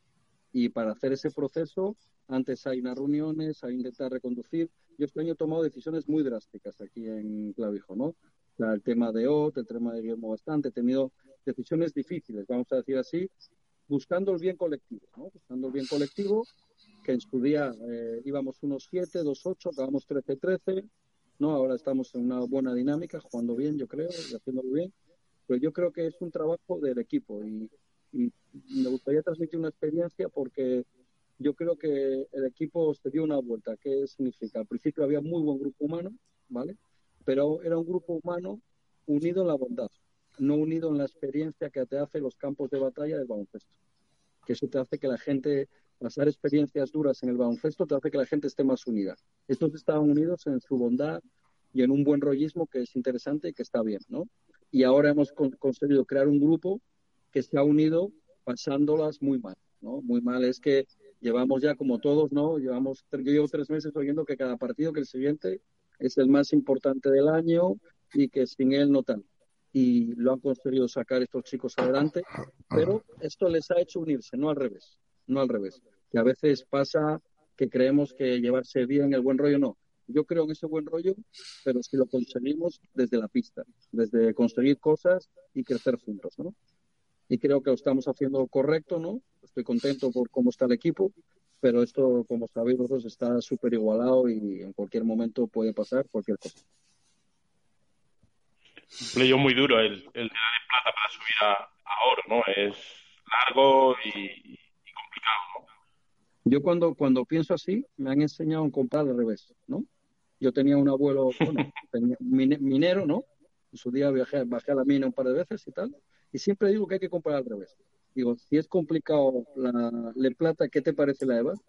Y para hacer ese proceso, antes hay unas reuniones, hay intentar reconducir. Yo este año he tomado decisiones muy drásticas aquí en Clavijo, ¿no? O sea, el tema de OT, el tema de Guillermo Bastante, he tenido decisiones difíciles, vamos a decir así, buscando el bien colectivo, ¿no? Buscando el bien colectivo, que en su día íbamos unos 7, 2-8, acabamos 13-13, ¿no? Ahora estamos en una buena dinámica, jugando bien, yo creo, y haciéndolo bien. Pero yo creo que es un trabajo del equipo y me gustaría transmitir una experiencia porque yo creo que el equipo se dio una vuelta. ¿Qué significa? Al principio había muy buen grupo humano, ¿vale? Pero era un grupo humano unido en la bondad, no unido en la experiencia que te hace los campos de batalla del baloncesto. Que eso te hace que la gente, pasar experiencias duras en el baloncesto, te hace que la gente esté más unida. Estos estaban unidos en su bondad y en un buen rollismo que es interesante y que está bien, ¿no? Y ahora hemos conseguido crear un grupo que se ha unido pasándolas muy mal, ¿no? Muy mal es que llevamos ya como todos, ¿no? Yo llevo 3 meses oyendo que cada partido, que el siguiente es el más importante del año y que sin él no tan. Y lo han conseguido sacar estos chicos adelante, pero esto les ha hecho unirse, no al revés, no al revés. Que a veces pasa que creemos que llevarse bien, el buen rollo, no. Yo creo en ese buen rollo, pero si lo conseguimos desde la pista, desde conseguir cosas y crecer juntos, ¿no? Y creo que lo estamos haciendo correcto, ¿no? Estoy contento por cómo está el equipo, pero esto, como sabéis vosotros, está súper igualado y en cualquier momento puede pasar cualquier cosa. Un playoff muy duro el de la de plata para subir a oro, ¿no? Es largo y complicado, ¿no? Yo cuando pienso así, me han enseñado a comprar al revés, ¿no? Yo tenía un abuelo, bueno, minero, ¿no? En su día bajé a la mina un par de veces y tal, y siempre digo que hay que comprar al revés. Digo, si es complicado la plata, ¿qué te parece la EVA?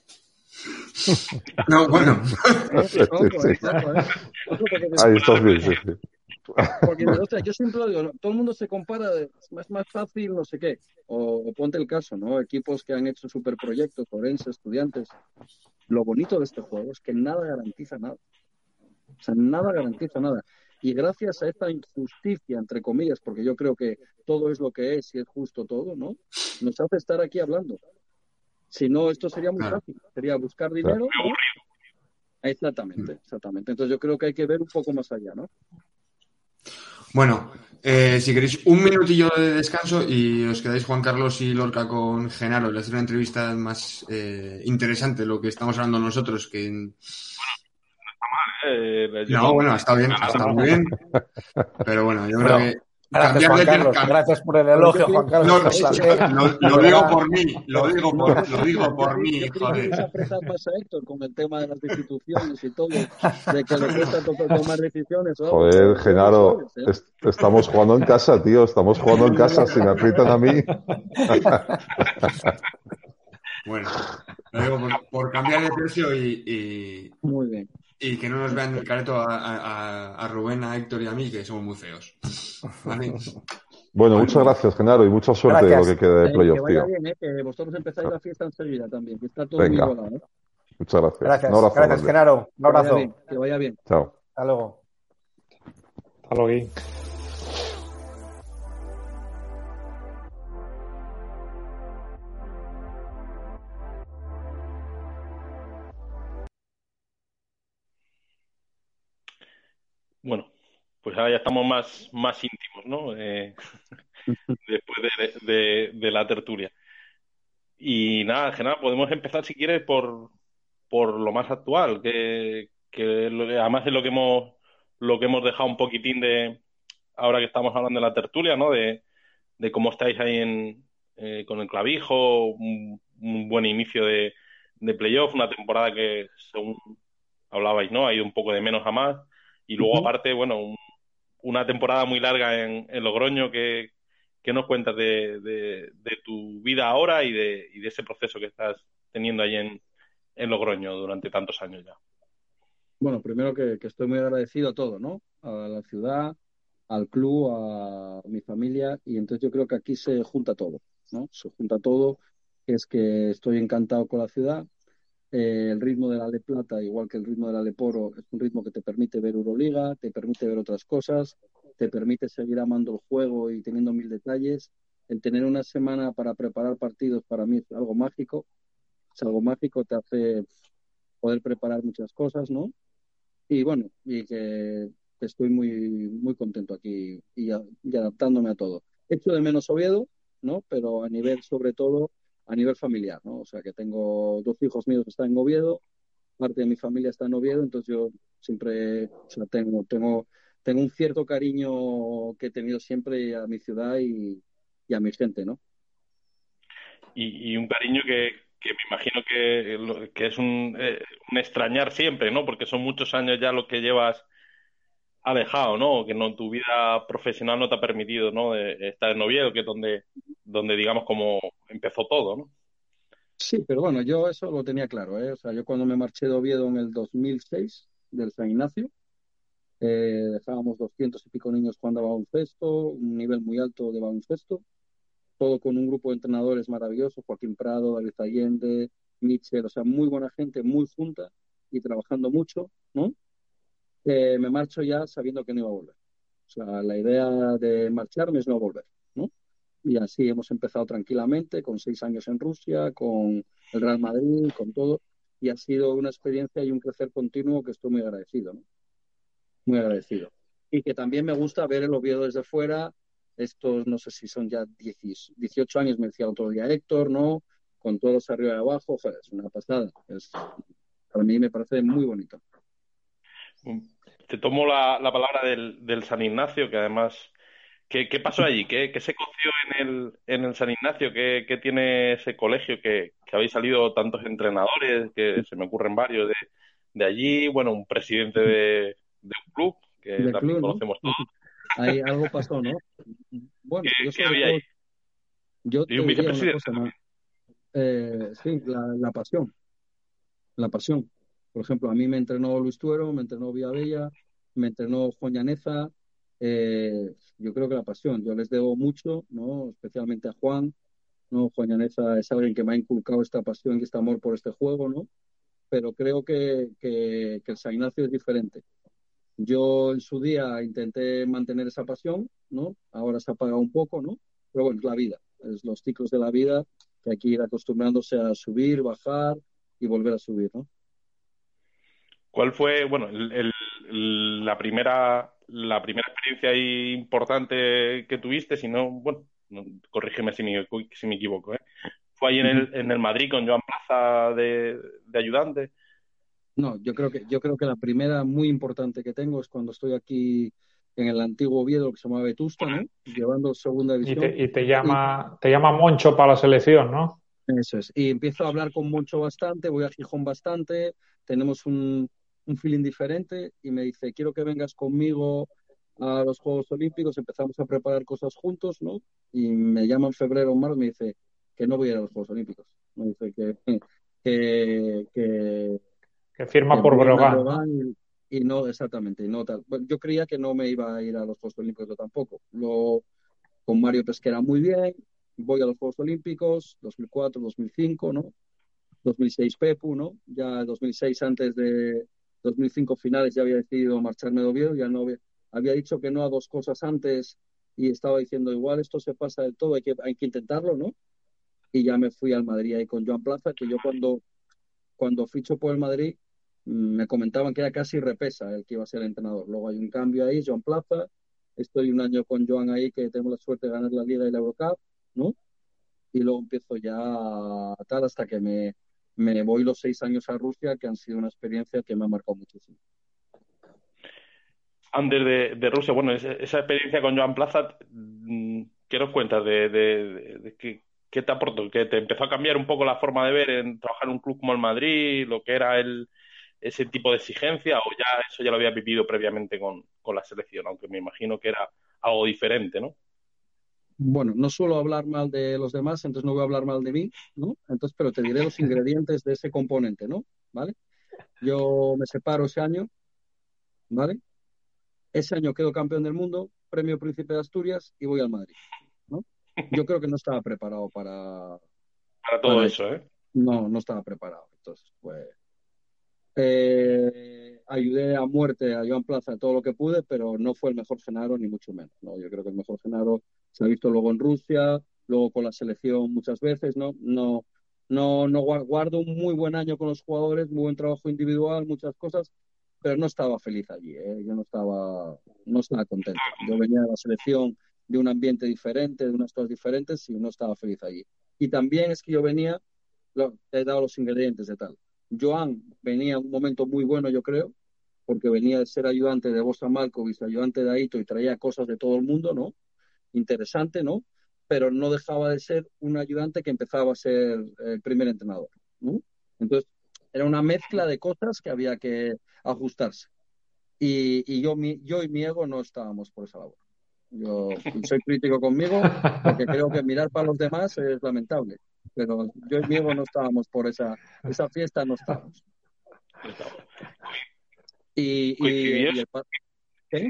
No, bueno. Sí, sí. Ahí estás bien, sí, sí. Porque, o sea, yo siempre lo digo, ¿no? Todo el mundo se compara, es más fácil, no sé qué. O ponte el caso, ¿no? Equipos que han hecho superproyectos, Orense, Estudiantes. Lo bonito de este juego es que nada garantiza nada. O sea, nada garantiza nada. Y gracias a esta injusticia, entre comillas, porque yo creo que todo es lo que es y es justo todo, ¿no? Nos hace estar aquí hablando. Si no, esto sería muy Claro. fácil. Sería buscar Claro. dinero, ¿no? Exactamente, exactamente. Entonces yo creo que hay que ver un poco más allá, ¿no? Bueno, si queréis un minutillo de descanso y os quedáis Juan Carlos y Lorca con Genaro, le hacer una entrevista más interesante, lo que estamos hablando nosotros, que... No, bueno, está bien, está muy bien, pero bueno, yo creo que Gracias, Juan Carlos. Gracias por el elogio, Juan Carlos. No, Es un placer. lo digo por mí, lo digo por mí, Yo creí que joder. ibas a apretar más a Héctor con el tema de las destituciones y todo, de que le cuesta tomar decisiones. Joder, Genaro, estamos jugando en casa, tío. Estamos jugando en casa. Si me aprietan a mí. Bueno, lo digo por cambiar de precio y Muy bien. y que no nos vean el careto a Rubén, a Héctor y a mí, que somos muy feos. ¿Vale? Bueno, muchas gracias, Genaro, y mucha suerte en lo que quede de Que playoff, vaya tío. bien, que vosotros empezáis la fiesta enseguida también, que está todo muy Venga, igualado. muchas gracias. Gracias, Un abrazo gracias, grande. Genaro. Un abrazo. Que vaya bien. Chao. Hasta luego. Hasta luego. Bueno, pues ahora ya estamos más íntimos, ¿no? Después de la tertulia. Y nada, Genaro, podemos empezar si quieres por lo más actual, además es lo que hemos dejado un poquitín de, ahora que estamos hablando de la tertulia, ¿no? De cómo estáis ahí con el Clavijo, un buen inicio de playoff, una temporada que, según hablabais, ¿no? Ha ido un poco de menos a más. Y luego, aparte, bueno, una temporada muy larga en Logroño. ¿Qué nos cuentas de tu vida ahora y de ese proceso que estás teniendo ahí en Logroño durante tantos años ya? Bueno, primero que estoy muy agradecido a todo, ¿no? A la ciudad, al club, a mi familia, y entonces yo creo que aquí se junta todo, ¿no? Se junta todo, es que estoy encantado con la ciudad. El ritmo de la Le Plata, igual que el ritmo de la Le Poro, es un ritmo que te permite ver Euroliga, te permite ver otras cosas, te permite seguir amando el juego y teniendo mil detalles. el tener una semana para preparar partidos para mí es algo mágico. Es algo mágico, te hace poder preparar muchas cosas, ¿no? Y bueno, y que estoy muy contento aquí y adaptándome a todo. Echo de menos Oviedo, ¿no? Pero a nivel, sobre todo, a nivel familiar, ¿no? O sea, que tengo 2 hijos míos que están en Oviedo, parte de mi familia está en Oviedo, entonces yo siempre, o sea, tengo un cierto cariño que he tenido siempre a mi ciudad y a mi gente, ¿no? Y un cariño que me imagino que es un extrañar siempre, ¿no? Porque son muchos años ya los que llevas alejado, ¿no? Que no, tu vida profesional no te ha permitido, ¿no? Estar en Oviedo, que es donde digamos como empezó todo, ¿no? Sí, pero bueno, yo eso lo tenía claro, ¿eh? O sea, yo cuando me marché de Oviedo en el 2006 del San Ignacio, dejábamos 200 y pico niños jugando a baloncesto, un nivel muy alto de baloncesto, todo con un grupo de entrenadores maravillosos, Joaquín Prado, David Allende, Mitchell, o sea, muy buena gente, muy junta y trabajando mucho, ¿no? Me marcho ya sabiendo que no iba a volver. O sea, la idea de marcharme es no volver, ¿no? Y así hemos empezado tranquilamente, con 6 años en Rusia, con el Real Madrid, con todo, y ha sido una experiencia y un crecer continuo que estoy muy agradecido, ¿no? Muy agradecido. Y que también me gusta ver el Oviedo desde fuera. Estos, no sé si son ya 18 años, me decía otro día Héctor, ¿no? Con todos arriba y abajo, joder, es una pasada. Para mí me parece muy bonito. Te tomo la palabra del San Ignacio, que además, ¿qué pasó allí? ¿Qué se coció en el San Ignacio? ¿Qué tiene ese colegio que habéis salido tantos entrenadores, que se me ocurren varios de allí? Bueno, un presidente de un club, que Del también club, ¿no? conocemos todos. Ahí algo pasó, ¿no? Bueno, yo ¿Qué sobre había ahí? todo, yo Y te un diría una vicepresidente cosa, ¿no? también. Sí, la pasión, la pasión. Por ejemplo, a mí me entrenó Luis Tuero, me entrenó Villavella, me entrenó Juan Llaneza. Yo creo que la pasión, yo les debo mucho, ¿no? Especialmente a Juan, ¿no? Juan Llaneza es alguien que me ha inculcado esta pasión y este amor por este juego, ¿no? Pero creo que el San Ignacio es diferente. Yo en su día intenté mantener esa pasión, ¿no? Ahora se ha apagado un poco, ¿no? Pero bueno, es la vida, es los ciclos de la vida que hay que ir acostumbrándose a subir, bajar y volver a subir, ¿no? ¿Cuál fue, bueno, la primera experiencia ahí importante que tuviste? Si no, bueno, corrígeme si me equivoco, ¿eh? ¿Fue ahí en Ujú. el Madrid con Joan Plaza de ayudante? No, yo creo que la primera muy importante que tengo es cuando estoy aquí en el antiguo Oviedo, que se llama Vetusta, ¿no? Llevando segunda Y te, división. y te Y llama, te llama Moncho para la selección, ¿no? eso es. Y empiezo a hablar con Moncho bastante, voy a Gijón bastante, tenemos un feeling diferente y me dice, quiero que vengas conmigo a los Juegos Olímpicos, empezamos a preparar cosas juntos, ¿no? Y me llama en febrero o marzo, me dice que no voy a ir a los Juegos Olímpicos. Me dice que, que, Que firma que por voy a irme a Brogan, Brogan ¿no? y no exactamente, y no tal. Bueno, yo creía que no me iba a ir a los Juegos Olímpicos yo tampoco. Con Mario Pesquera muy bien, voy a los Juegos Olímpicos, 2004, 2005, ¿no? 2006 Pepu, ¿no? Ya 2006 antes de 2005 finales ya había decidido marcharme de Oviedo, ya no había dicho que no a 2 cosas antes y estaba diciendo igual esto se pasa del todo, hay que intentarlo, ¿no? Y ya me fui al Madrid ahí con Joan Plaza, que yo cuando ficho por el Madrid me comentaban que era casi Repesa el que iba a ser el entrenador. Luego hay un cambio ahí, Joan Plaza, estoy un año con Joan ahí que tenemos la suerte de ganar la Liga y la Eurocup, ¿no? Y luego empiezo ya a tal hasta que me voy los 6 años a Rusia, que han sido una experiencia que me ha marcado muchísimo. Antes de Rusia, bueno, esa experiencia con Joan Plaza, ¿qué nos cuentas de qué te aportó? ¿Que te empezó a cambiar un poco la forma de ver en trabajar en un club como el Madrid, lo que era ese tipo de exigencia, o ya eso ya lo había vivido previamente con la selección, aunque me imagino que era algo diferente, ¿no? Bueno, no suelo hablar mal de los demás, entonces no voy a hablar mal de mí, ¿no? Entonces, pero te diré los ingredientes de ese componente, ¿no? ¿Vale? Yo me separo ese año, ¿vale? Ese año quedo campeón del mundo, premio Príncipe de Asturias y voy al Madrid, ¿no? Yo creo que no estaba preparado Para todo para eso. eso, ¿eh? No estaba preparado. Entonces, pues, ayudé a muerte a Joan Plaza todo lo que pude, pero no fue el mejor Genaro, ni mucho menos, ¿no? Yo creo que el mejor Genaro se ha visto luego en Rusia, luego con la selección muchas veces, ¿no? No guardo un muy buen año con los jugadores, muy buen trabajo individual, muchas cosas, pero no estaba feliz allí, ¿eh? Yo no estaba contento. Yo venía de la selección de un ambiente diferente, de unas cosas diferentes y no estaba feliz allí. Y también es que yo venía, he dado los ingredientes de tal. Joan venía en un momento muy bueno, yo creo, porque venía de ser ayudante de Bosa Malkovich, ayudante de Aito y traía cosas de todo el mundo, ¿no? Interesante, ¿no? Pero no dejaba de ser un ayudante que empezaba a ser el primer entrenador, ¿no? Entonces, era una mezcla de cosas que había que ajustarse. Y yo y mi ego no estábamos por esa labor. Yo soy crítico conmigo porque creo que mirar para los demás es lamentable. Pero yo y mi ego no estábamos por esa fiesta, no estábamos. ¿Coincidías? ¿Qué?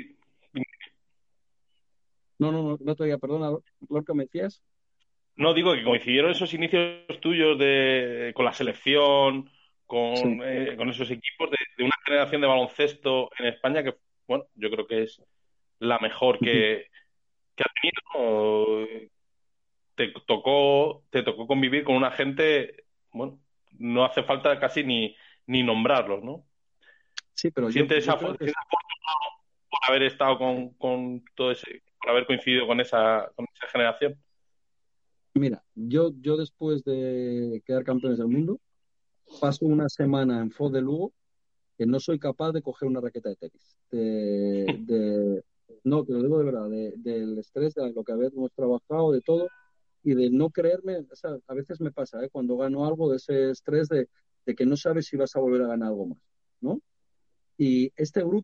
No te oía, perdona, Lorca, ¿me decías? No, digo que coincidieron esos inicios tuyos con la selección, Sí. con esos equipos de una generación de baloncesto en España que, bueno, yo creo que es la mejor que ha tenido, ¿no? Te tocó convivir con una gente, bueno, no hace falta casi ni nombrarlos, ¿no? Sí, pero Sientes yo creo que sientes afortunado por haber estado con todo ese, por haber coincidido con esa generación. mira, yo después de quedar campeones del mundo, paso una semana en FOD de Lugo que no soy capaz de coger una raqueta de tenis. No, te lo digo de verdad, del estrés, de lo que habíamos trabajado, de todo, y de no creerme, o sea, a veces me pasa, ¿eh? Cuando gano algo, de ese estrés de que no sabes si vas a volver a ganar algo más, ¿no? Y este grupo,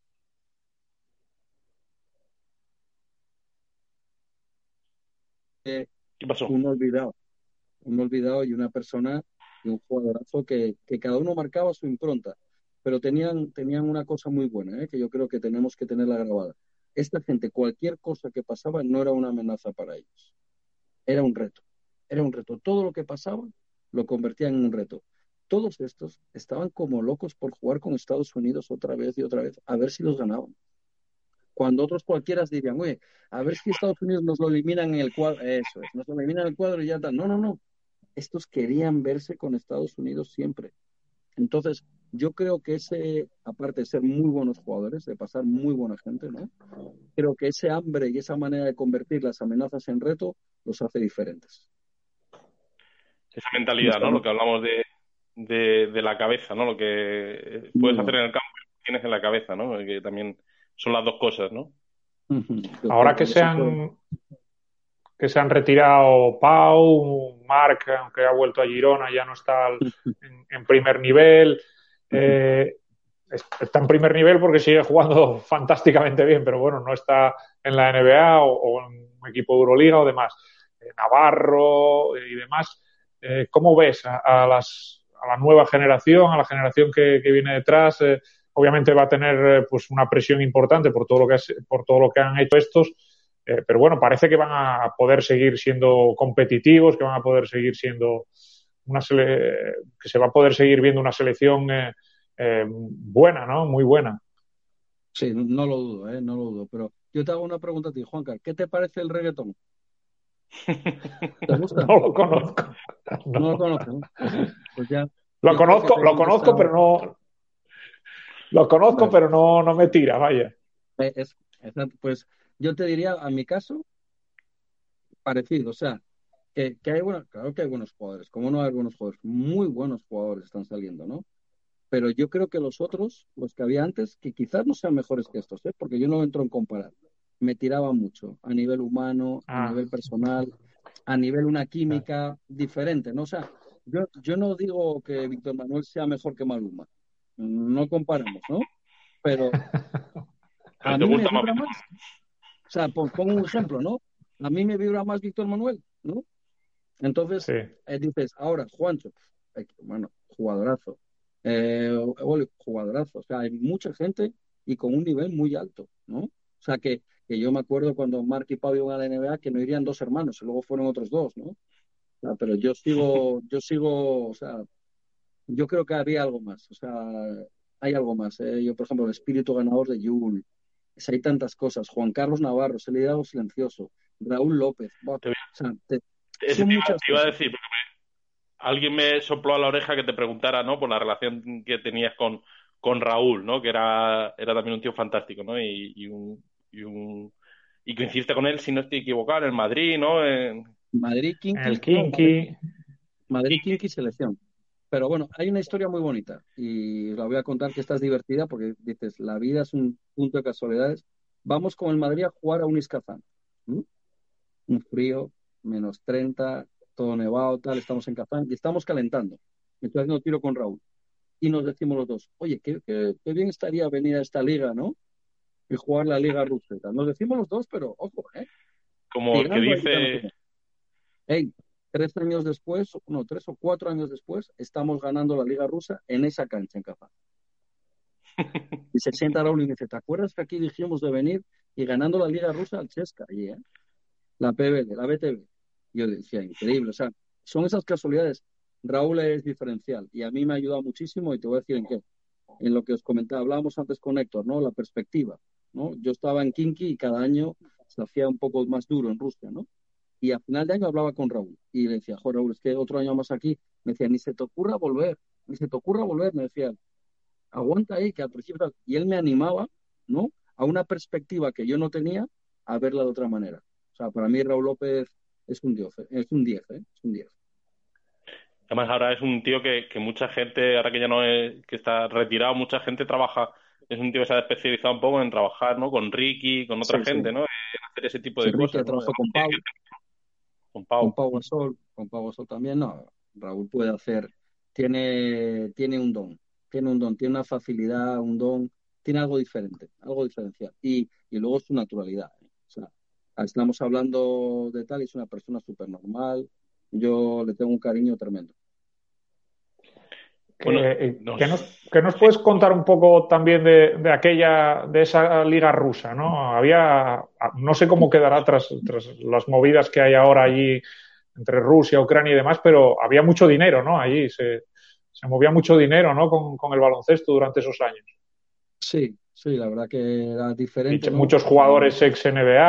¿Qué pasó? un olvidado y una persona y un jugadorazo que cada uno marcaba su impronta, pero tenían una cosa muy buena, que yo creo que tenemos que tenerla grabada. Esta gente, cualquier cosa que pasaba, no era una amenaza para ellos, era un reto, era un reto. Todo lo que pasaba lo convertían en un reto. Todos estos estaban como locos por jugar con Estados Unidos otra vez y otra vez, a ver si los ganaban. Cuando otros cualquiera dirían, oye, a ver si Estados Unidos nos lo eliminan en el cuadro, eso es, nos lo eliminan en el cuadro y ya tal. No, no, no, estos querían verse con Estados Unidos siempre. Entonces, yo creo que aparte de ser muy buenos jugadores, de pasar muy buena gente, ¿no? Creo que ese hambre y esa manera de convertir las amenazas en reto los hace diferentes. Esa mentalidad, ¿no? Lo que hablamos de la cabeza, ¿no? Lo que puedes hacer en el campo y lo que tienes en la cabeza, ¿no? Que también son las dos cosas, ¿no? Ahora que se han retirado Pau, Marc, aunque ha vuelto a Girona, ya no está en primer nivel. Está en primer nivel porque sigue jugando fantásticamente bien, pero bueno, no está en la NBA o en un equipo de Euroliga o demás. Navarro y demás. ¿Cómo ves a la nueva generación, a la generación que viene detrás? Obviamente va a tener pues una presión importante por todo lo que han hecho estos. Pero bueno, parece que van a poder seguir siendo competitivos, que van a poder seguir siendo que se va a poder seguir viendo una selección buena, ¿no? Muy buena. Sí, no lo dudo, no lo dudo. Pero yo te hago una pregunta a ti, Juanca. ¿Qué te parece el reggaetón? ¿Te gusta? No lo conozco. No lo conozco, ¿no? Pues ya. Lo Yo creo que te he conozco, contestado. pero no. Lo conozco, Vale. pero no me tira, vaya. Pues yo te diría, a mi caso, parecido. O sea, que hay claro que hay buenos jugadores. ¿Cómo no hay buenos jugadores? Muy buenos jugadores están saliendo, ¿no? Pero yo creo que los otros, los que había antes, que quizás no sean mejores que estos, porque yo no entro en comparar. Me tiraban mucho a nivel humano, a nivel personal, a nivel una química diferente, ¿no? O sea, yo no digo que Víctor Manuel sea mejor que Maluma. No comparamos, ¿no? Pero a ¿Te mí me gusta más? vibra más. O sea, pongo un ejemplo, ¿no? A mí me vibra más Víctor Manuel, ¿no? Entonces, Sí. dices, ahora, Juancho, bueno, jugadorazo. Jugadorazo. O sea, hay mucha gente y con un nivel muy alto, ¿no? O sea, que yo me acuerdo cuando Mark y Pau iban a la NBA que no irían dos hermanos, y luego fueron otros dos, ¿no? O sea, pero yo sigo, o sea, yo creo que había algo más. O sea, hay algo más. Yo, por ejemplo, el espíritu ganador de Yul. Hay tantas cosas. Juan Carlos Navarro, se le ha dado silencioso. Raúl López. O sea, Son muchas te iba a cosas. decir, alguien me sopló a la oreja que te preguntara, ¿no? Por la relación que tenías con Raúl, ¿no? Que era también un tío fantástico, ¿no? Y coincidiste con él, si no estoy equivocado, en el Madrid, ¿no? Madrid, El Kinky, no, Kinky. Madrid, Kinky, selección. Pero bueno, hay una historia muy bonita y la voy a contar que esta es divertida porque dices, la vida es un punto de casualidades. Vamos con el Madrid a jugar a un Izcazán. ¿Mm? Un frío, -30, todo nevado, tal, estamos en Kazán y estamos calentando. Estoy haciendo tiro con Raúl. Y nos decimos los dos, oye, qué bien estaría venir a esta liga, ¿no? Y jugar la liga rusa. Y tal. Nos decimos los dos, pero ojo, Como el que tirando ahí ya nos dice, decimos, hey, 3 años después, no, 3 o 4 años después, estamos ganando la liga rusa en esa cancha en Kazán. Y se sienta Raúl y me dice, ¿te acuerdas que aquí dijimos de venir y ganando la liga rusa al Chesca allí, la PBL, la BTV? Yo decía, increíble, o sea, son esas casualidades. Raúl es diferencial y a mí me ha ayudado muchísimo y te voy a decir en qué. En lo que os comentaba, hablábamos antes con Héctor, ¿no? La perspectiva, ¿no? Yo estaba en Kinky y cada año se hacía un poco más duro en Rusia, ¿no? Y a final de año hablaba con Raúl y le decía, joder, Raúl, es que otro año más aquí. Me decía, ni se te ocurra volver, ni se te ocurra volver, me decía, aguanta ahí, que al principio tal. Y él me animaba, ¿no? A una perspectiva que yo no tenía, a verla de otra manera. O sea, para mí Raúl López es un dios, es un 10, es un 10. además ahora es un tío que mucha gente, ahora que ya no es, que está retirado, mucha gente trabaja, es un tío que se ha especializado un poco en trabajar, ¿no? Con Ricky, con otra Sí, sí. gente, ¿no? En hacer ese tipo Sí, de Ricky cosas, ha ¿no? trabajado con Pau, Con con Pau. Pau Gasol, con Pau Gasol también. No, Raúl puede hacer, tiene un don, tiene una facilidad, un don, tiene algo diferente, algo diferencial. Y luego su naturalidad. O sea, estamos hablando de tal, y es una persona súper normal. Yo le tengo un cariño tremendo. Bueno, ¿Qué nos puedes contar un poco también de esa liga rusa, ¿no? No sé cómo quedará tras las movidas que hay ahora allí entre Rusia, Ucrania y demás, pero había mucho dinero, ¿no? Allí se movía mucho dinero, ¿no? Con el baloncesto durante esos años. Sí, sí, la verdad que era Y diferente, ¿no? muchos jugadores ex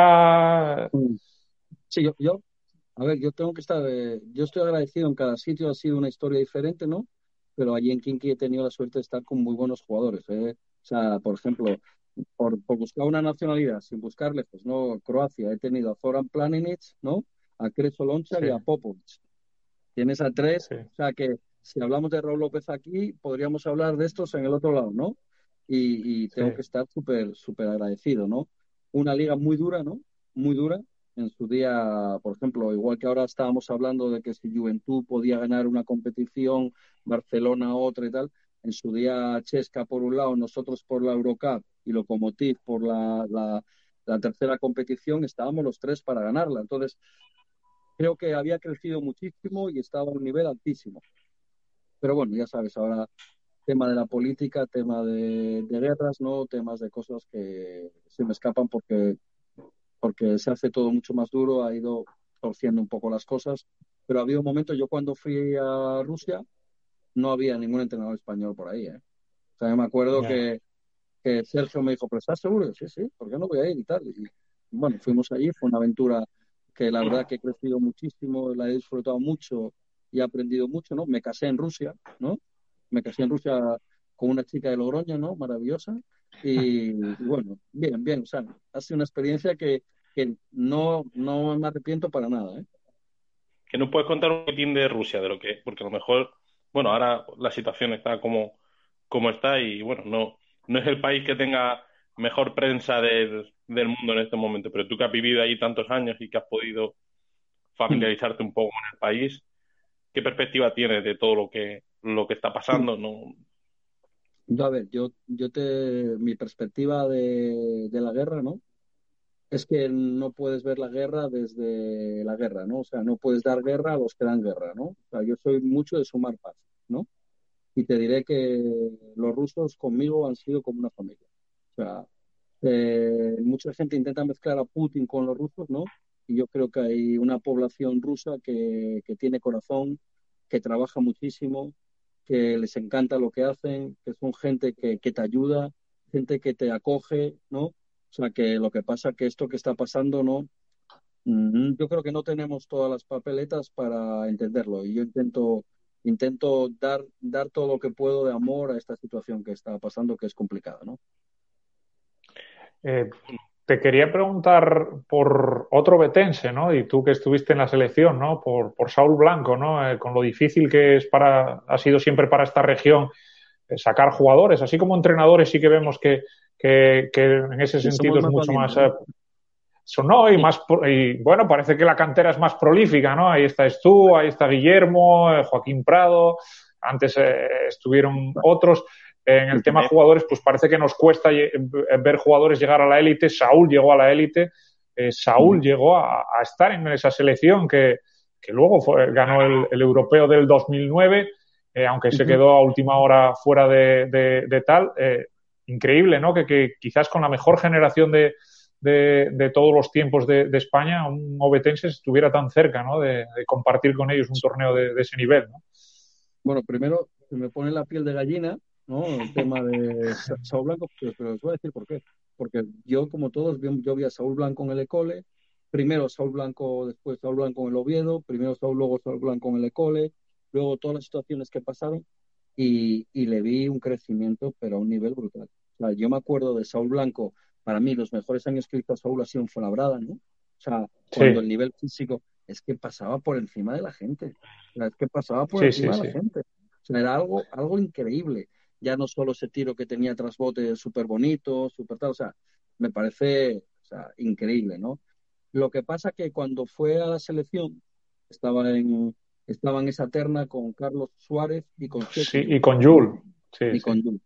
NBA. Sí, a ver, yo tengo que estar, yo estoy agradecido en cada sitio, ha sido una historia diferente, ¿no? Pero allí en Kinky he tenido la suerte de estar con muy buenos jugadores, ¿eh? O sea, por ejemplo, por buscar una nacionalidad, sin buscar lejos, ¿no? Croacia, he tenido a Zoran Planinic, ¿no? A Kreso Lončar Sí, y a Popovic. Tienes a tres, sí, o sea que si hablamos de Raúl López aquí, podríamos hablar de estos en el otro lado, ¿no? Y sí, tengo que estar súper, súper agradecido, ¿no? Una liga muy dura, ¿no? Muy dura. En su día, por ejemplo, igual que ahora estábamos hablando de que si Juventud podía ganar una competición, Barcelona otra y tal, en su día Chesca por un lado, nosotros por la Eurocup y Lokomotiv por la tercera competición, estábamos los tres para ganarla. Entonces, creo que había crecido muchísimo y estaba a un nivel altísimo. Pero bueno, ya sabes, ahora tema de la política, tema de guerras, ¿no? Temas de cosas que se me escapan porque se hace todo mucho más duro, ha ido torciendo un poco las cosas. Pero había un momento, yo cuando fui a Rusia, no había ningún entrenador español por ahí, ¿eh? O sea, yo me acuerdo ya. que Sergio me dijo, ¿pero estás seguro? Y yo, sí, sí, ¿por qué no voy a ir y tal? Y bueno, fuimos allí, fue una aventura que la verdad que he crecido muchísimo, la he disfrutado mucho y he aprendido mucho, ¿no? Me casé en Rusia, ¿no? Me casé en Rusia con una chica de Logroño, ¿no? Maravillosa. Y bueno, bien, bien, o sea, ha sido una experiencia que no me arrepiento para nada, ¿eh? que no puedes contar un poquitín de Rusia, de lo que, porque a lo mejor, bueno, ahora la situación está como está y bueno, no es el país que tenga mejor prensa del mundo en este momento, pero tú que has vivido ahí tantos años y que has podido Hmm. familiarizarte un poco con el país, ¿qué perspectiva tienes de todo lo que está pasando? ¿No? Yo, a ver, mi perspectiva de la guerra, ¿no? Es que no puedes ver la guerra desde la guerra, ¿no? O sea, no puedes dar guerra a los que dan guerra, ¿no? O sea, yo soy mucho de sumar paz, ¿no? Y te diré que los rusos conmigo han sido como una familia. O sea, mucha gente intenta mezclar a Putin con los rusos, ¿no? Y yo creo que hay una población rusa que tiene corazón, que trabaja muchísimo, que les encanta lo que hacen, que son gente que te ayuda, gente que te acoge, ¿no? O sea, que lo que pasa que esto que está pasando, ¿no? Yo creo que no tenemos todas las papeletas para entenderlo y yo intento dar todo lo que puedo de amor a esta situación que está pasando, que es complicada, ¿no? Eh, Te quería preguntar por otro betense, ¿no? Y tú que estuviste en la selección, ¿no? Por Saúl Blanco, ¿no? Con lo difícil que ha sido siempre para esta región sacar jugadores, así como entrenadores sí que vemos que en ese Que sentido somos es más mucho más valientes, ¿eh? sonó y bueno, parece que la cantera es más prolífica, ¿no? Ahí estás tú, ahí está Guillermo, Joaquín Prado, antes estuvieron otros. En el tema jugadores, pues parece que nos cuesta ver jugadores llegar a la élite. Saúl llegó a la élite, Saúl llegó a estar en esa selección que luego ganó el europeo del 2009, aunque se quedó a última hora fuera de tal. Increíble, ¿no? Que quizás con la mejor generación de todos los tiempos de España, un obetense estuviera tan cerca, ¿no? De compartir con ellos un torneo de ese nivel, ¿no? Bueno, primero se me pone la piel de gallina, ¿no? El tema de Saúl Blanco, pero os voy a decir por qué. Porque yo, como todos, yo vi a Saúl Blanco en el Ecole, primero Saúl Blanco, después Saúl Blanco en el Oviedo, primero Saúl, luego Saúl Blanco en el Ecole, luego todas las situaciones que pasaron y le vi un crecimiento, pero a un nivel brutal. O sea, yo me acuerdo de Saúl Blanco, para mí los mejores años que hizo Saúl ha sido en Fuenlabrada, ¿no? O sea, cuando Sí, el nivel físico es que pasaba por encima de la gente. O sea, es que pasaba por sí, sí, encima de la sí. gente. O sea, era algo increíble. Ya no solo ese tiro que tenía tras bote súper bonito, súper tal, o sea, me parece, o sea, increíble, ¿no? Lo que pasa que cuando fue a la selección, estaba estaba en esa terna con Carlos Suárez y con Sí, Chechu, y con ¿no? Jul, sí, Y sí. con Jul.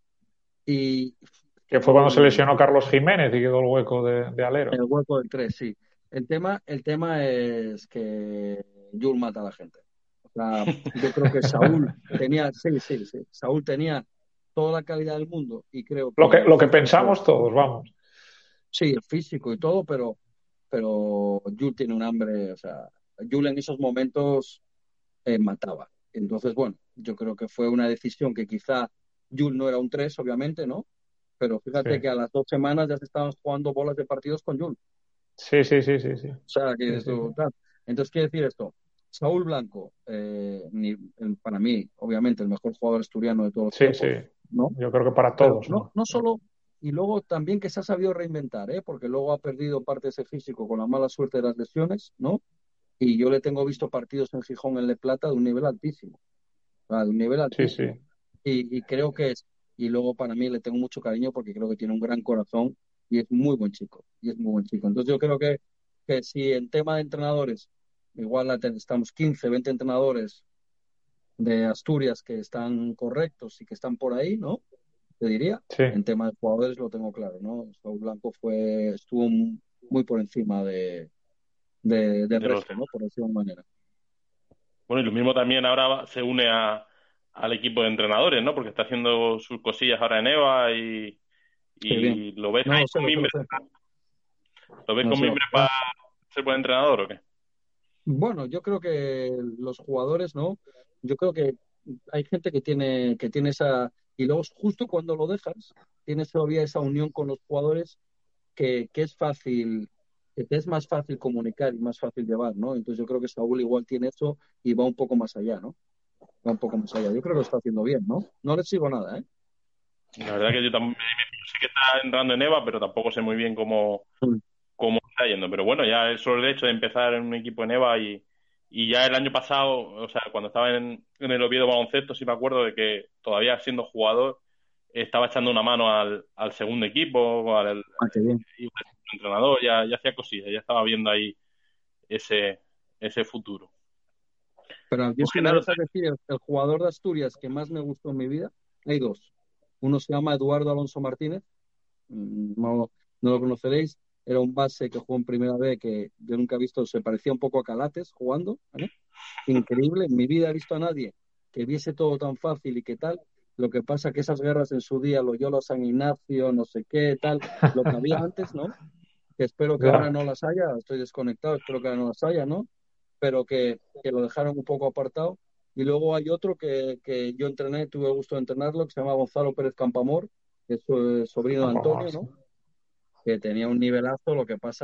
Y que Que fue cuando se Jul, lesionó Carlos Jiménez y quedó el hueco de alero. el hueco del 3 sí. El tema es que Jul mata a la gente. O sea, yo creo que Saúl tenía, sí, sí, sí, Saúl tenía toda la calidad del mundo y creo que el Lo que físico, pensamos todos, vamos. sí, el físico y todo, pero Jul tiene un hambre, o sea, Jul en esos momentos mataba. Entonces, bueno, yo creo que fue una decisión que quizá Jul no era un 3 obviamente, ¿no? Pero Sí, fíjate que a las 2 semanas ya se estaban jugando bolas de partidos con Jul. sí, sí, sí, sí, sí. O sea, que Sí, sí, sí. eso, tal. Entonces, quiere decir esto. Saúl Blanco, para mí, obviamente, el mejor jugador asturiano de todos los Sí, sí. tiempos, ¿no? Yo creo que para Pero todos, no, ¿no? no solo, y luego también que se ha sabido reinventar, ¿eh? Porque luego ha perdido parte de ese físico con la mala suerte de las lesiones, ¿no? Y yo le tengo visto partidos en Gijón, en Le Plata, de un nivel altísimo, o sea, de un nivel Sí, sí. altísimo. Y creo que es, y luego para mí le tengo mucho cariño porque creo que tiene un gran corazón y es muy buen chico, y es muy buen chico. Entonces yo creo que si en tema de entrenadores, igual estamos 15 20 entrenadores de Asturias que están correctos y que están por ahí, ¿no? Te diría, Sí. en tema de jugadores lo tengo claro, ¿no? Saúl Blanco estuvo muy por encima del de los resto, ¿no? Por decirlo de una manera. Bueno, y lo mismo también ahora se une al equipo de entrenadores, ¿no? Porque está haciendo sus cosillas ahora en EVA Qué bien. y lo ves No ahí lo sé, con lo sé, lo mimbre. sé. ¿Lo ves No con sé. mimbre para ser buen entrenador o qué? Bueno, yo creo que los jugadores, ¿no? Yo creo que hay gente que tiene esa, y luego justo cuando lo dejas, tienes todavía esa unión con los jugadores que es fácil, que te es más fácil comunicar y más fácil llevar, ¿no? Entonces yo creo que Saúl igual tiene eso y va un poco más allá, ¿no? Va un poco más allá. Yo creo que lo está haciendo bien, ¿no? No le sigo nada, ¿eh? La verdad que yo también sé que está entrando en EVA, pero tampoco sé muy bien Mm. cómo está yendo. Pero bueno, ya es solo el hecho de empezar en un equipo en EVA y ya el año pasado, o sea, cuando estaba en el Oviedo Baloncesto, sí me acuerdo de que todavía siendo jugador estaba echando una mano al segundo equipo, Ah, qué bien. iba a ser entrenador, ya hacía cosillas, ya estaba viendo ahí ese, ese futuro. Pero yo Pues si me Genaro, dejas decir, el jugador de Asturias que más me gustó en mi vida, hay dos. Uno se llama Eduardo Alonso Martínez. No, no lo conoceréis, era un base que jugó en primera B que yo nunca he visto, se parecía un poco a Calates jugando, ¿vale? Increíble, en mi vida he visto a nadie que viese todo tan fácil y que tal. Lo que pasa que esas guerras en su día, Loyola San Ignacio, no sé qué, tal, lo que había antes, ¿no? Que espero que ahora Ya. no las haya, estoy desconectado, espero que ahora no las haya, ¿no? Pero que lo dejaron un poco apartado. Y luego hay otro que yo entrené, tuve el gusto de entrenarlo, que se llama Gonzalo Pérez Campamor, que es sobrino de Por favor, Antonio, sí. ¿no? Que tenía un nivelazo, lo que pasa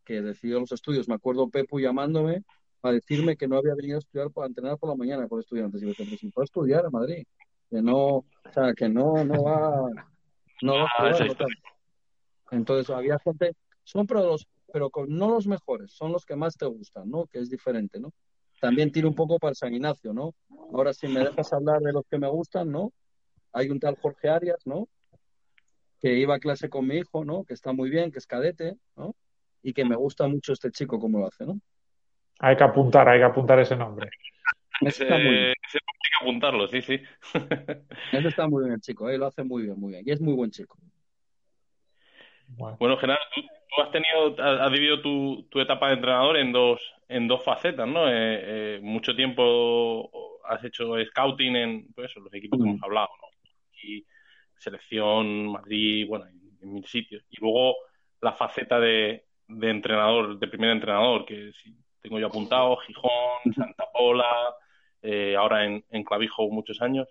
que decidió los estudios. Me acuerdo Pepu llamándome a decirme que no había venido a estudiar para entrenar por la mañana con estudiantes. Y yo, pero si puedo estudiar a Madrid, que no, o sea, que no va a jugar, Esa no tal. historia. Entonces había gente, son pero no los mejores, son los que más te gustan, ¿no? Que es diferente, ¿no? También tiro un poco para San Ignacio, ¿no? Ahora, si me dejas hablar de los que me gustan, ¿no? Hay un tal Jorge Arias, ¿no? Que iba a clase con mi hijo, ¿no? Que está muy bien, que es cadete, ¿no? Y que me gusta mucho este chico como lo hace, ¿no? Hay que apuntar ese nombre. Ese está muy bien. Ese hay que apuntarlo, sí, sí. Ese está muy bien el chico, lo hace muy bien, muy bien. Y es muy buen chico. Bueno. Bueno, Gerardo, tú has dividido tu etapa de entrenador en dos facetas, ¿no? Mucho tiempo has hecho scouting en pues, los equipos que hemos hablado, ¿no? Y selección, Madrid, bueno, en mil sitios. Y luego la faceta de entrenador, de primer entrenador, que sí, tengo yo apuntado, Gijón, Santa Pola, ahora en Clavijo muchos años.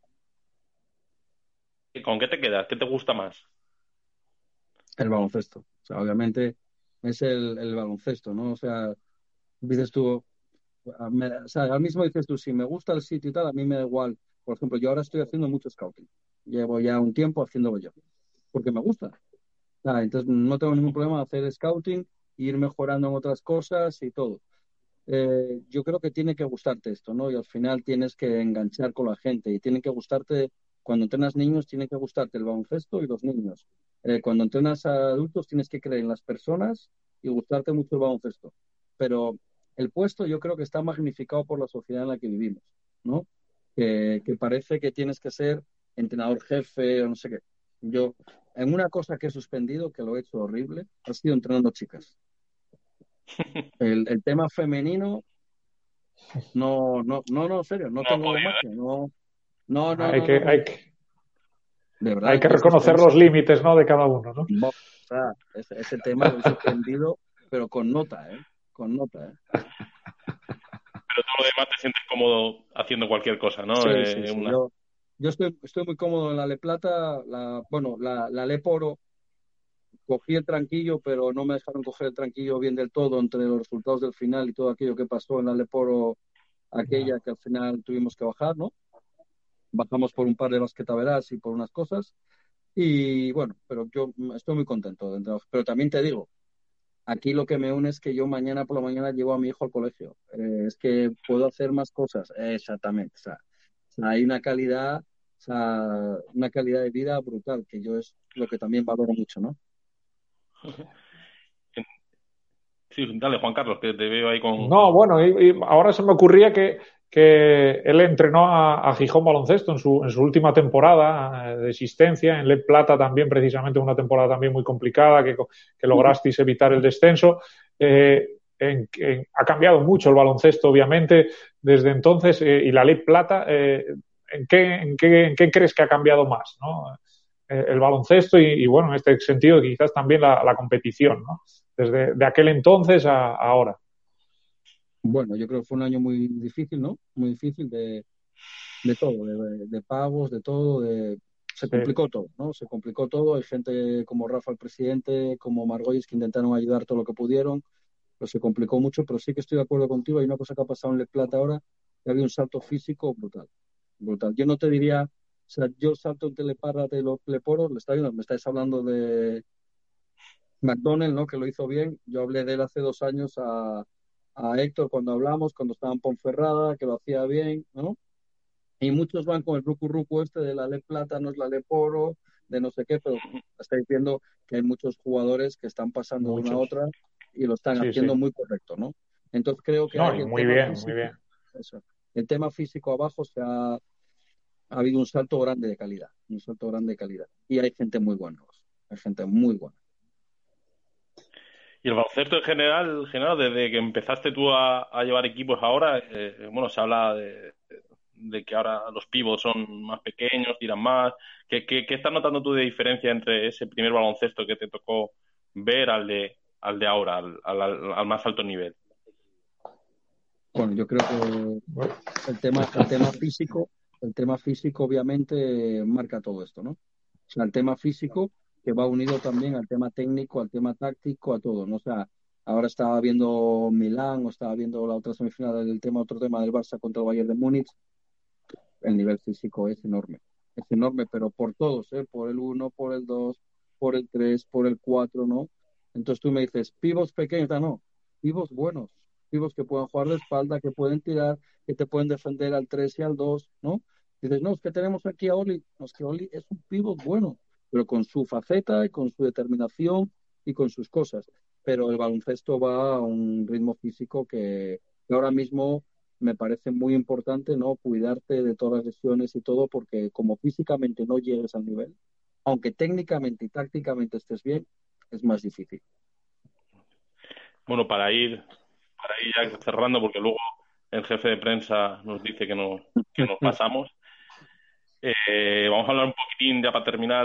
¿Con qué te quedas? ¿Qué te gusta más? El baloncesto. O sea, obviamente es el baloncesto, ¿no? O sea, dices tú, o sea, ahora mismo dices tú, si me gusta el sitio y tal, a mí me da igual. Por ejemplo, yo ahora estoy haciendo mucho scouting. Llevo ya un tiempo haciéndolo yo, porque me gusta. Entonces no tengo ningún problema de hacer scouting, ir mejorando en otras cosas y todo. Yo creo que tiene que gustarte esto, ¿no? Y al final tienes que enganchar con la gente y tiene que gustarte, cuando entrenas niños, tiene que gustarte el baloncesto y los niños. Cuando entrenas a adultos, tienes que creer en las personas y gustarte mucho el baloncesto. Pero el puesto yo creo que está magnificado por la sociedad en la que vivimos, ¿no? Que parece que tienes que ser entrenador jefe o no sé qué. Yo, en una cosa que he suspendido, que lo he hecho horrible, ha sido entrenando chicas. El tema femenino, no, en serio, no No ha tengo podido, magia, Hay que, no. hay que, De verdad, hay que yo reconocer los límites, ¿no? De cada uno, ¿no? o sea, ese tema lo he suspendido, pero con nota, ¿eh? Con nota, ¿eh? pero todo lo demás te sientes cómodo haciendo cualquier cosa, ¿no? Sí, sí, sí. Yo estoy muy cómodo en la Le Plata, la Le Poro, cogí el tranquillo, pero no me dejaron coger el tranquillo bien del todo entre los resultados del final y todo aquello que pasó en la Le Poro, aquella que al final tuvimos que bajar, ¿no? Bajamos por un par de basquetaveras y por unas cosas. Y bueno, pero yo estoy muy contento de entrar. Pero también te digo, aquí lo que me une es que yo mañana por la mañana llevo a mi hijo al colegio. Es que puedo hacer más cosas. Exactamente. O sea, hay una calidad de vida brutal, que yo es lo que también valoro mucho, ¿no? Sí, dale, Juan Carlos, que te veo ahí con... No, bueno, y ahora se me ocurría que él entrenó a Gijón Baloncesto en su última temporada de existencia, en Le Plata también, precisamente una temporada también muy complicada, que lograsteis evitar el descenso. Ha cambiado mucho el baloncesto, obviamente, desde entonces, y la Le Plata, ¿en qué crees que ha cambiado más, ¿no? El baloncesto y, bueno, en este sentido quizás también la competición, ¿no? Desde de aquel entonces a ahora. Bueno, yo creo que fue un año muy difícil, ¿no? Muy difícil de todo, de pagos, de todo, se Sí. complicó todo, ¿no? Se complicó todo. Hay gente como Rafa, el presidente, como Margolles, que intentaron ayudar todo lo que pudieron, pero se complicó mucho. Pero sí que estoy de acuerdo contigo. Hay una cosa que ha pasado en Le Plata ahora, que ha habido un salto físico brutal, brutal. Yo no te diría, o sea, yo el salto entre Lepárrate y los Leporos, me estáis hablando de McDonald, ¿no? Que lo hizo bien. Yo hablé de él hace 2 años a Héctor cuando hablamos, cuando estaba en Ponferrada, que lo hacía bien, ¿no? Y muchos van con el rucu rucu este de la Le Plata, no es la Le Poro, de no sé qué, pero estáis viendo que hay muchos jugadores que están pasando de una a Muchos. otra y lo están Sí, sí. haciendo muy correcto, ¿no? Entonces creo que No, ahí y el muy tema bien, muy físico, bien. eso, el tema físico abajo ha habido un salto grande de calidad, un salto grande de calidad. Y hay gente muy buena, hay gente muy buena. Y el baloncesto en general, desde que empezaste tú a llevar equipos ahora, bueno, se habla de que ahora los pivots son más pequeños, tiran más. ¿Qué estás notando tú de diferencia entre ese primer baloncesto que te tocó ver al de ahora, al más alto nivel? Bueno, yo creo que el tema físico obviamente marca todo esto, ¿no? O sea, el tema físico que va unido también al tema técnico, al tema táctico, a todo, ¿no? O sea, Ahora estaba viendo Milán o estaba viendo la otra semifinal otro tema del Barça contra el Bayern de Múnich. El nivel físico es enorme, pero por todos, ¿eh? Por el uno, por el 2, por el 3, por el 4, ¿no? Entonces tú me dices, pivos pequeños, no, pivos buenos, pivos que puedan jugar de espalda, que pueden tirar, que te pueden defender al 3 y al 2, ¿no? Dices, no, es que tenemos aquí a Oli, no, es que Oli es un pivot bueno, pero con su faceta y con su determinación y con sus cosas. Pero el baloncesto va a un ritmo físico que ahora mismo me parece muy importante, ¿no? Cuidarte de todas las lesiones y todo, porque como físicamente no llegues al nivel, aunque técnicamente y tácticamente estés bien, es más difícil. Bueno, para ir ya cerrando, porque luego el jefe de prensa nos dice que nos pasamos. Vamos a hablar un poquitín, ya para terminar,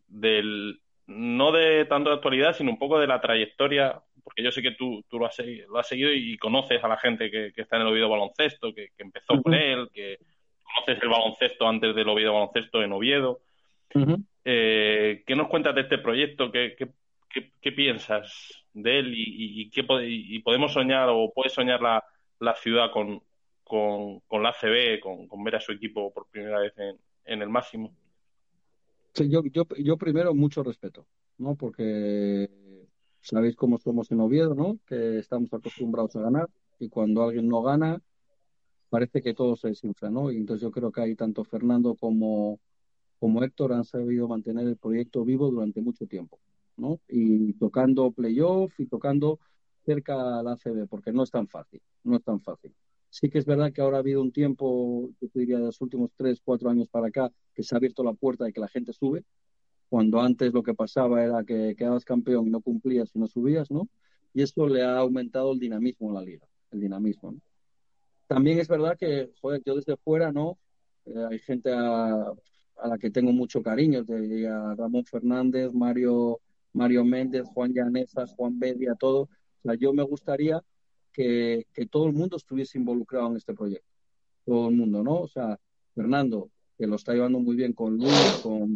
no de tanto de actualidad, sino un poco de la trayectoria, porque yo sé que tú lo has seguido y conoces a la gente que está en el Oviedo Baloncesto, que empezó con él, que conoces el baloncesto antes del Oviedo Baloncesto en Oviedo. ¿Qué nos cuentas de este proyecto? ¿Qué piensas de él? ¿Y podemos soñar o puede soñar la ciudad con la ACB, con ver a su equipo por primera vez en el máximo? Sí, yo primero mucho respeto, ¿no? Porque sabéis cómo somos en Oviedo, ¿no? Que estamos acostumbrados a ganar y cuando alguien no gana, parece que todo se desinfla, ¿no? Y entonces yo creo que ahí tanto Fernando como Héctor han sabido mantener el proyecto vivo durante mucho tiempo, ¿no? Y tocando playoff y tocando cerca a la ACB, porque no es tan fácil, no es tan fácil. Sí que es verdad que ahora ha habido un tiempo, yo te diría de los últimos 3, 4 años para acá, que se ha abierto la puerta de que la gente sube, cuando antes lo que pasaba era que quedabas campeón y no cumplías y no subías, ¿no? Y eso le ha aumentado el dinamismo en la liga, el dinamismo, ¿no? También es verdad que, joder, yo desde fuera, ¿no? Hay gente a la que tengo mucho cariño, te diría Ramón Fernández, Mario Méndez, Juan Llaneza, Juan Bedia, todo. O sea, yo me gustaría que todo el mundo estuviese involucrado en este proyecto, todo el mundo, ¿no? O sea, Fernando, que lo está llevando muy bien con Luis,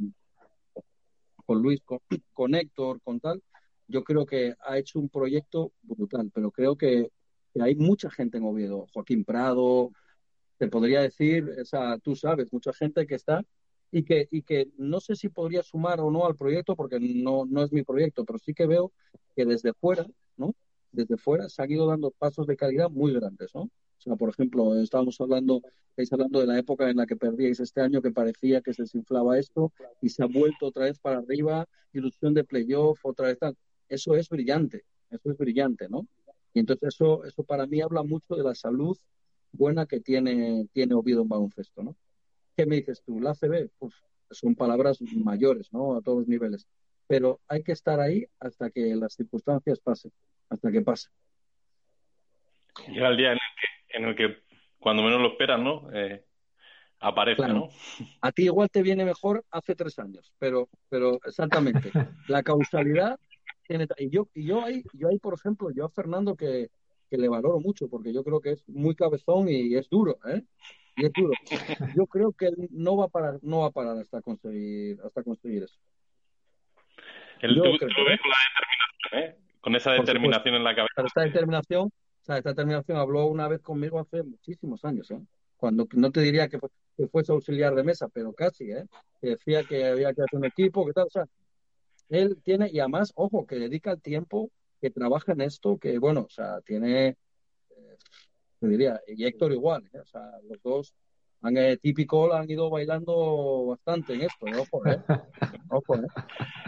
con Héctor, con tal, yo creo que ha hecho un proyecto brutal, pero creo que hay mucha gente en Oviedo, Joaquín Prado, te podría decir, o sea, tú sabes, mucha gente que está y que no sé si podría sumar o no al proyecto porque no es mi proyecto, pero sí que veo que desde fuera, ¿no? Desde fuera se han ido dando pasos de calidad muy grandes, ¿no? O sea, por ejemplo, estáis hablando de la época en la que perdíais este año, que parecía que se desinflaba esto y se ha vuelto otra vez para arriba, ilusión de playoff, otra vez tal. Eso es brillante, ¿no? Y entonces eso para mí habla mucho de la salud buena que tiene Oviedo en baloncesto, ¿no? ¿Qué me dices tú? La ACB, pues, son palabras mayores, ¿no? A todos los niveles. Pero hay que estar ahí hasta que las circunstancias pasen, hasta que pase. Llega el día en el que cuando menos lo esperas, ¿no? Aparece, Claro, ¿no? a ti igual te viene mejor hace 3 años, pero exactamente. La causalidad tiene. Y yo ahí, por ejemplo, yo a Fernando que le valoro mucho, porque yo creo que es muy cabezón y es duro, ¿eh? Y es duro. Yo creo que él no va a parar hasta conseguir eso. Tú Yo creo, lo ves ¿eh? con la determinación, ¿eh? Con esa Por supuesto. determinación en la cabeza. Pero esta determinación habló una vez conmigo hace muchísimos años, ¿eh? Cuando no te diría que fuese auxiliar de mesa, pero casi, ¿eh? Que decía que había que hacer un equipo, que tal, o sea, él tiene, y además, ojo, que dedica el tiempo, que trabaja en esto, que bueno, o sea, tiene, te diría, y Héctor igual, ¿eh? O sea, los dos típico, han ido bailando bastante en esto, ojo, ¿eh? Ojo, ¿eh?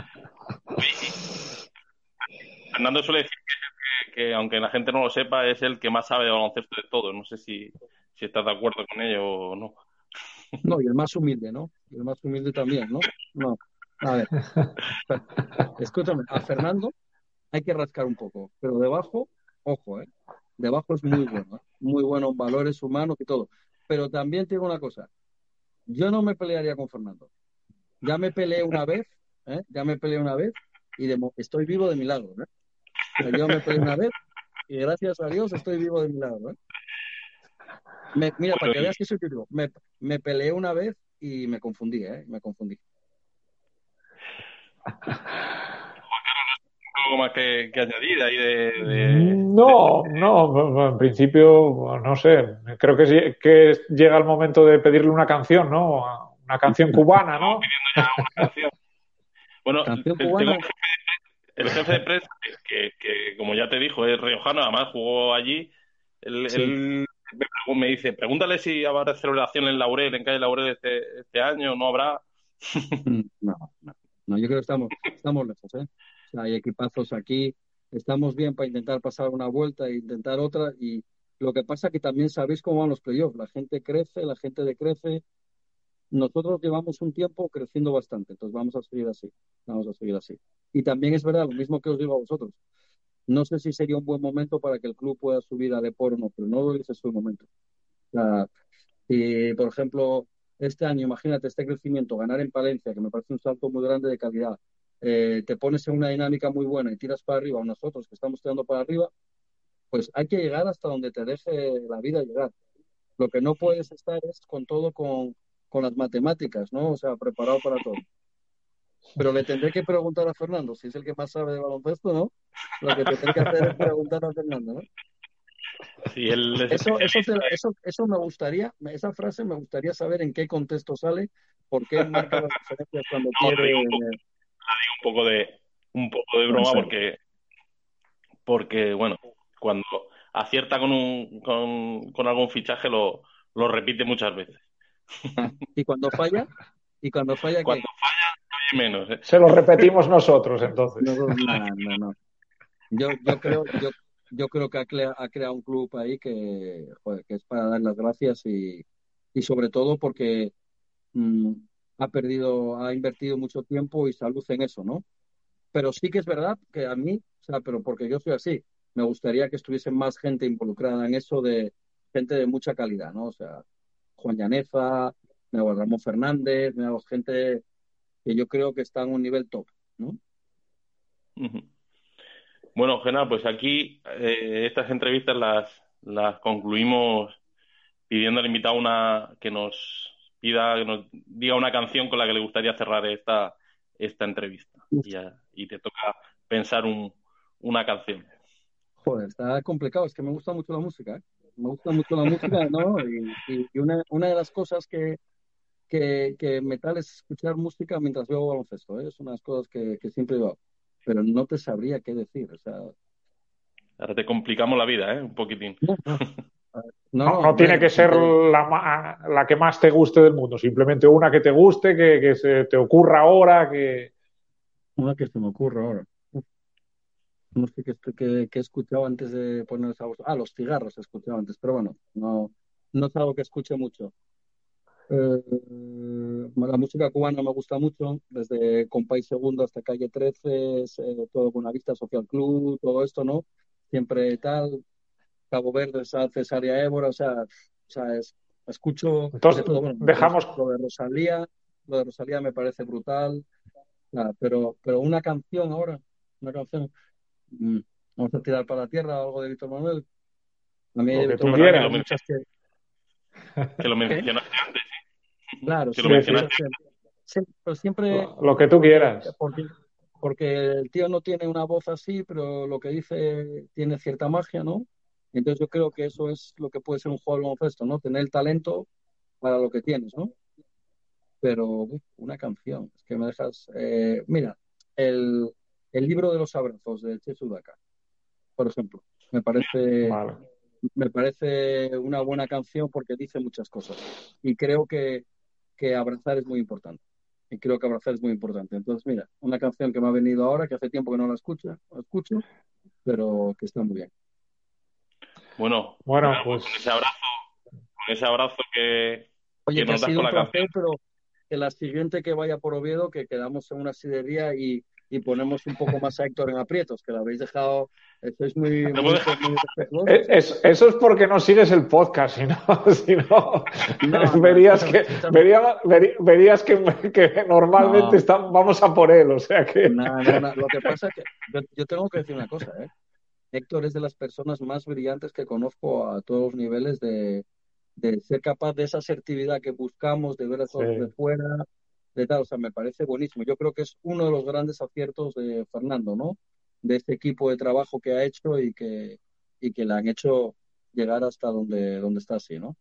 Fernando suele decir que aunque la gente no lo sepa, es el que más sabe de baloncesto de todos. No sé si estás de acuerdo con ello o no. No, y el más humilde, ¿no? Y el más humilde también, ¿no? No, a ver, escúchame, a Fernando hay que rascar un poco, pero debajo, ojo, ¿eh? Debajo es muy bueno en valores humanos y todo. Pero también te digo una cosa, yo no me pelearía con Fernando. Ya me peleé una vez, ¿eh? Ya me peleé una vez y estoy vivo de milagro, ¿eh? O sea, yo me peleé una vez y gracias a Dios estoy vivo de milagro, ¿eh? Mira, para Bueno, que veas que soy típico, me peleé una vez y me confundí, ¿eh? Me confundí. poco más que añadir ahí No, en principio, no sé, creo que llega el momento de pedirle una canción, ¿no? Una canción cubana, ¿no? una canción. Bueno, Canción tengo cubana. el jefe de prensa, que como ya te dijo, es riojano, además jugó allí. Sí. Él me dice, pregúntale si habrá celebración en Laurel, en calle Laurel este año, no habrá. No, yo creo que estamos lejos, ¿eh? O sea, hay equipazos aquí, estamos bien para intentar pasar una vuelta e intentar otra, y lo que pasa que también sabéis cómo van los playoffs, la gente crece, la gente decrece, nosotros llevamos un tiempo creciendo bastante, entonces vamos a seguir así. Y también es verdad, lo mismo que os digo a vosotros, no sé si sería un buen momento para que el club pueda subir a Depor o no, pero no lo dice su momento. O sea, si, por ejemplo, este año, imagínate este crecimiento, ganar en Palencia, que me parece un salto muy grande de calidad, te pones en una dinámica muy buena y tiras para arriba, o nosotros que estamos tirando para arriba, pues hay que llegar hasta donde te deje la vida llegar. Lo que no puedes estar es con todo con las matemáticas, ¿no? O sea, preparado para todo. Pero le tendré que preguntar a Fernando, si es el que más sabe de baloncesto, ¿no? Lo que tendré que hacer es preguntar a Fernando, ¿no? Si él es Eso me gustaría, esa frase me gustaría saber en qué contexto sale, por qué marca las diferencias cuando no, quiere. un poco de No, en broma serio. porque bueno, cuando acierta con algún fichaje lo repite muchas veces. Y cuando falla, ¿qué? Cuando menos, ¿eh? Se lo repetimos nosotros, entonces. No. Yo creo que ha creado un club ahí que, joder, que es para dar las gracias y sobre todo porque mm, ha invertido mucho tiempo y salud en eso, ¿no? Pero sí que es verdad que a mí, o sea, pero porque yo soy así, me gustaría que estuviese más gente involucrada en eso, de gente de mucha calidad, ¿no? O sea, Juan Llanefa, Ramón Fernández, gente que yo creo que está en un nivel top, ¿no? Ujú. Bueno, Genaro, pues aquí estas entrevistas las concluimos pidiendo al invitado que nos diga una canción con la que le gustaría cerrar esta entrevista. Y te toca pensar una canción. Joder, está complicado, es que me gusta mucho la música, ¿eh? Me gusta mucho la música, ¿no? Y una de las cosas que me tal es escuchar música mientras veo baloncesto, ¿eh? Es una de las cosas que siempre digo, pero no te sabría qué decir, o sea, Ahora te complicamos la vida, ¿eh? Un poquitín. no, No tiene hombre, que ser la que más te guste del mundo, simplemente una que te guste, que se te ocurra ahora, que... una que se me ocurre ahora. No sé qué he escuchado antes de poner esa voz. Los cigarros he escuchado antes, pero bueno, no es algo que escuche mucho. La música cubana me gusta mucho, desde Compay Segundo hasta Calle 13, todo Buenavista Social Club, todo esto, ¿no? Siempre tal, Cabo Verde, Cesárea Évora, escucho de Entonces, todo. Bueno, dejamos... lo de Rosalía me parece brutal, pero una canción, mm, vamos a tirar para la tierra algo de Víctor Manuel. A mí Lo de que Víctor tú Manuel quieras. hay muchas que... Que lo ¿Qué? mencionaste antes, ¿sí? Claro, Que sí, lo Sí, sí. mencionaste. pero siempre Lo que tú porque, quieras. porque, porque el tío no tiene una voz así, pero lo que dice tiene cierta magia, ¿no? Entonces yo creo que eso es lo que puede ser un juego de baloncesto, ¿no? Tener el talento para lo que tienes, ¿no? Pero una canción, es que me dejas... mira, el, el libro de los abrazos de Che Sudaka, por ejemplo, me parece, Vale. me parece una buena canción porque dice muchas cosas. Y creo que abrazar es muy importante. Y creo que abrazar es muy importante. Entonces, mira, una canción que me ha venido ahora, que hace tiempo que no la escucho, pero que está muy bien. Bueno, Bueno, pues pues... con ese abrazo Oye, que que ha nos das sido con un la canción. placer, pero que la siguiente que vaya por Oviedo, que quedamos en una sidería y ponemos un poco más a Héctor en aprietos, que lo habéis dejado, sois muy, No muy, puedo dejar. muy respetuosos. Eso es porque no sigues el podcast, si no, si no No, verías que, escúchame. verías que normalmente No, vamos a por él, o sea que... no. Lo que pasa es que yo tengo que decir una cosa, ¿eh? Héctor es de las personas más brillantes que conozco a todos los niveles de ser capaz de esa asertividad que buscamos, de ver a Sí. todos de fuera, de tal, o sea, me parece buenísimo. Yo creo que es uno de los grandes aciertos de Fernando, ¿no? de este equipo de trabajo que ha hecho y que le han hecho llegar hasta donde está así, ¿no?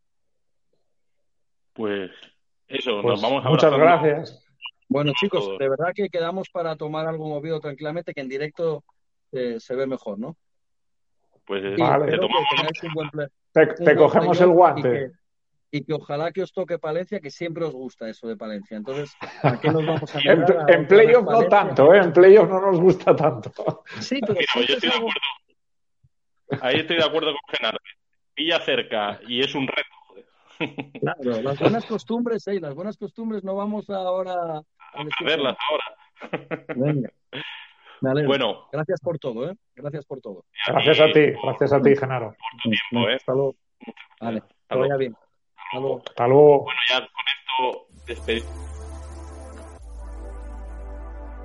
Pues eso, Pues nos vamos muchas abrazando gracias. Bueno, chicos, todos. de verdad que quedamos para tomar algo movido tranquilamente, que en directo se ve mejor, ¿no? Pues Y Vale. te espero que tomamos tengáis un buen Te cogemos el playoff guante. y que ojalá que os toque Palencia, que siempre os gusta eso de Palencia. Entonces, ¿a qué nos vamos a negar a En otra vez playoff no Palencia? tanto, ¿eh? En playoff no nos gusta tanto. Sí, pero Mira, pues yo siempre es estoy de algo. acuerdo. Ahí estoy de acuerdo con Genaro. Pilla cerca y es un reto, joder. Claro, las buenas costumbres no vamos ahora a decir que Verlas no. ahora. Venga, me alegro. Bueno, Gracias por todo, ¿eh? Gracias por todo. Gracias a ti, Genaro. por tu tiempo, ¿eh? Hasta luego. Vale, Hasta que vaya luego. bien. Hasta luego. Hasta luego. Bueno, ya con esto despedimos.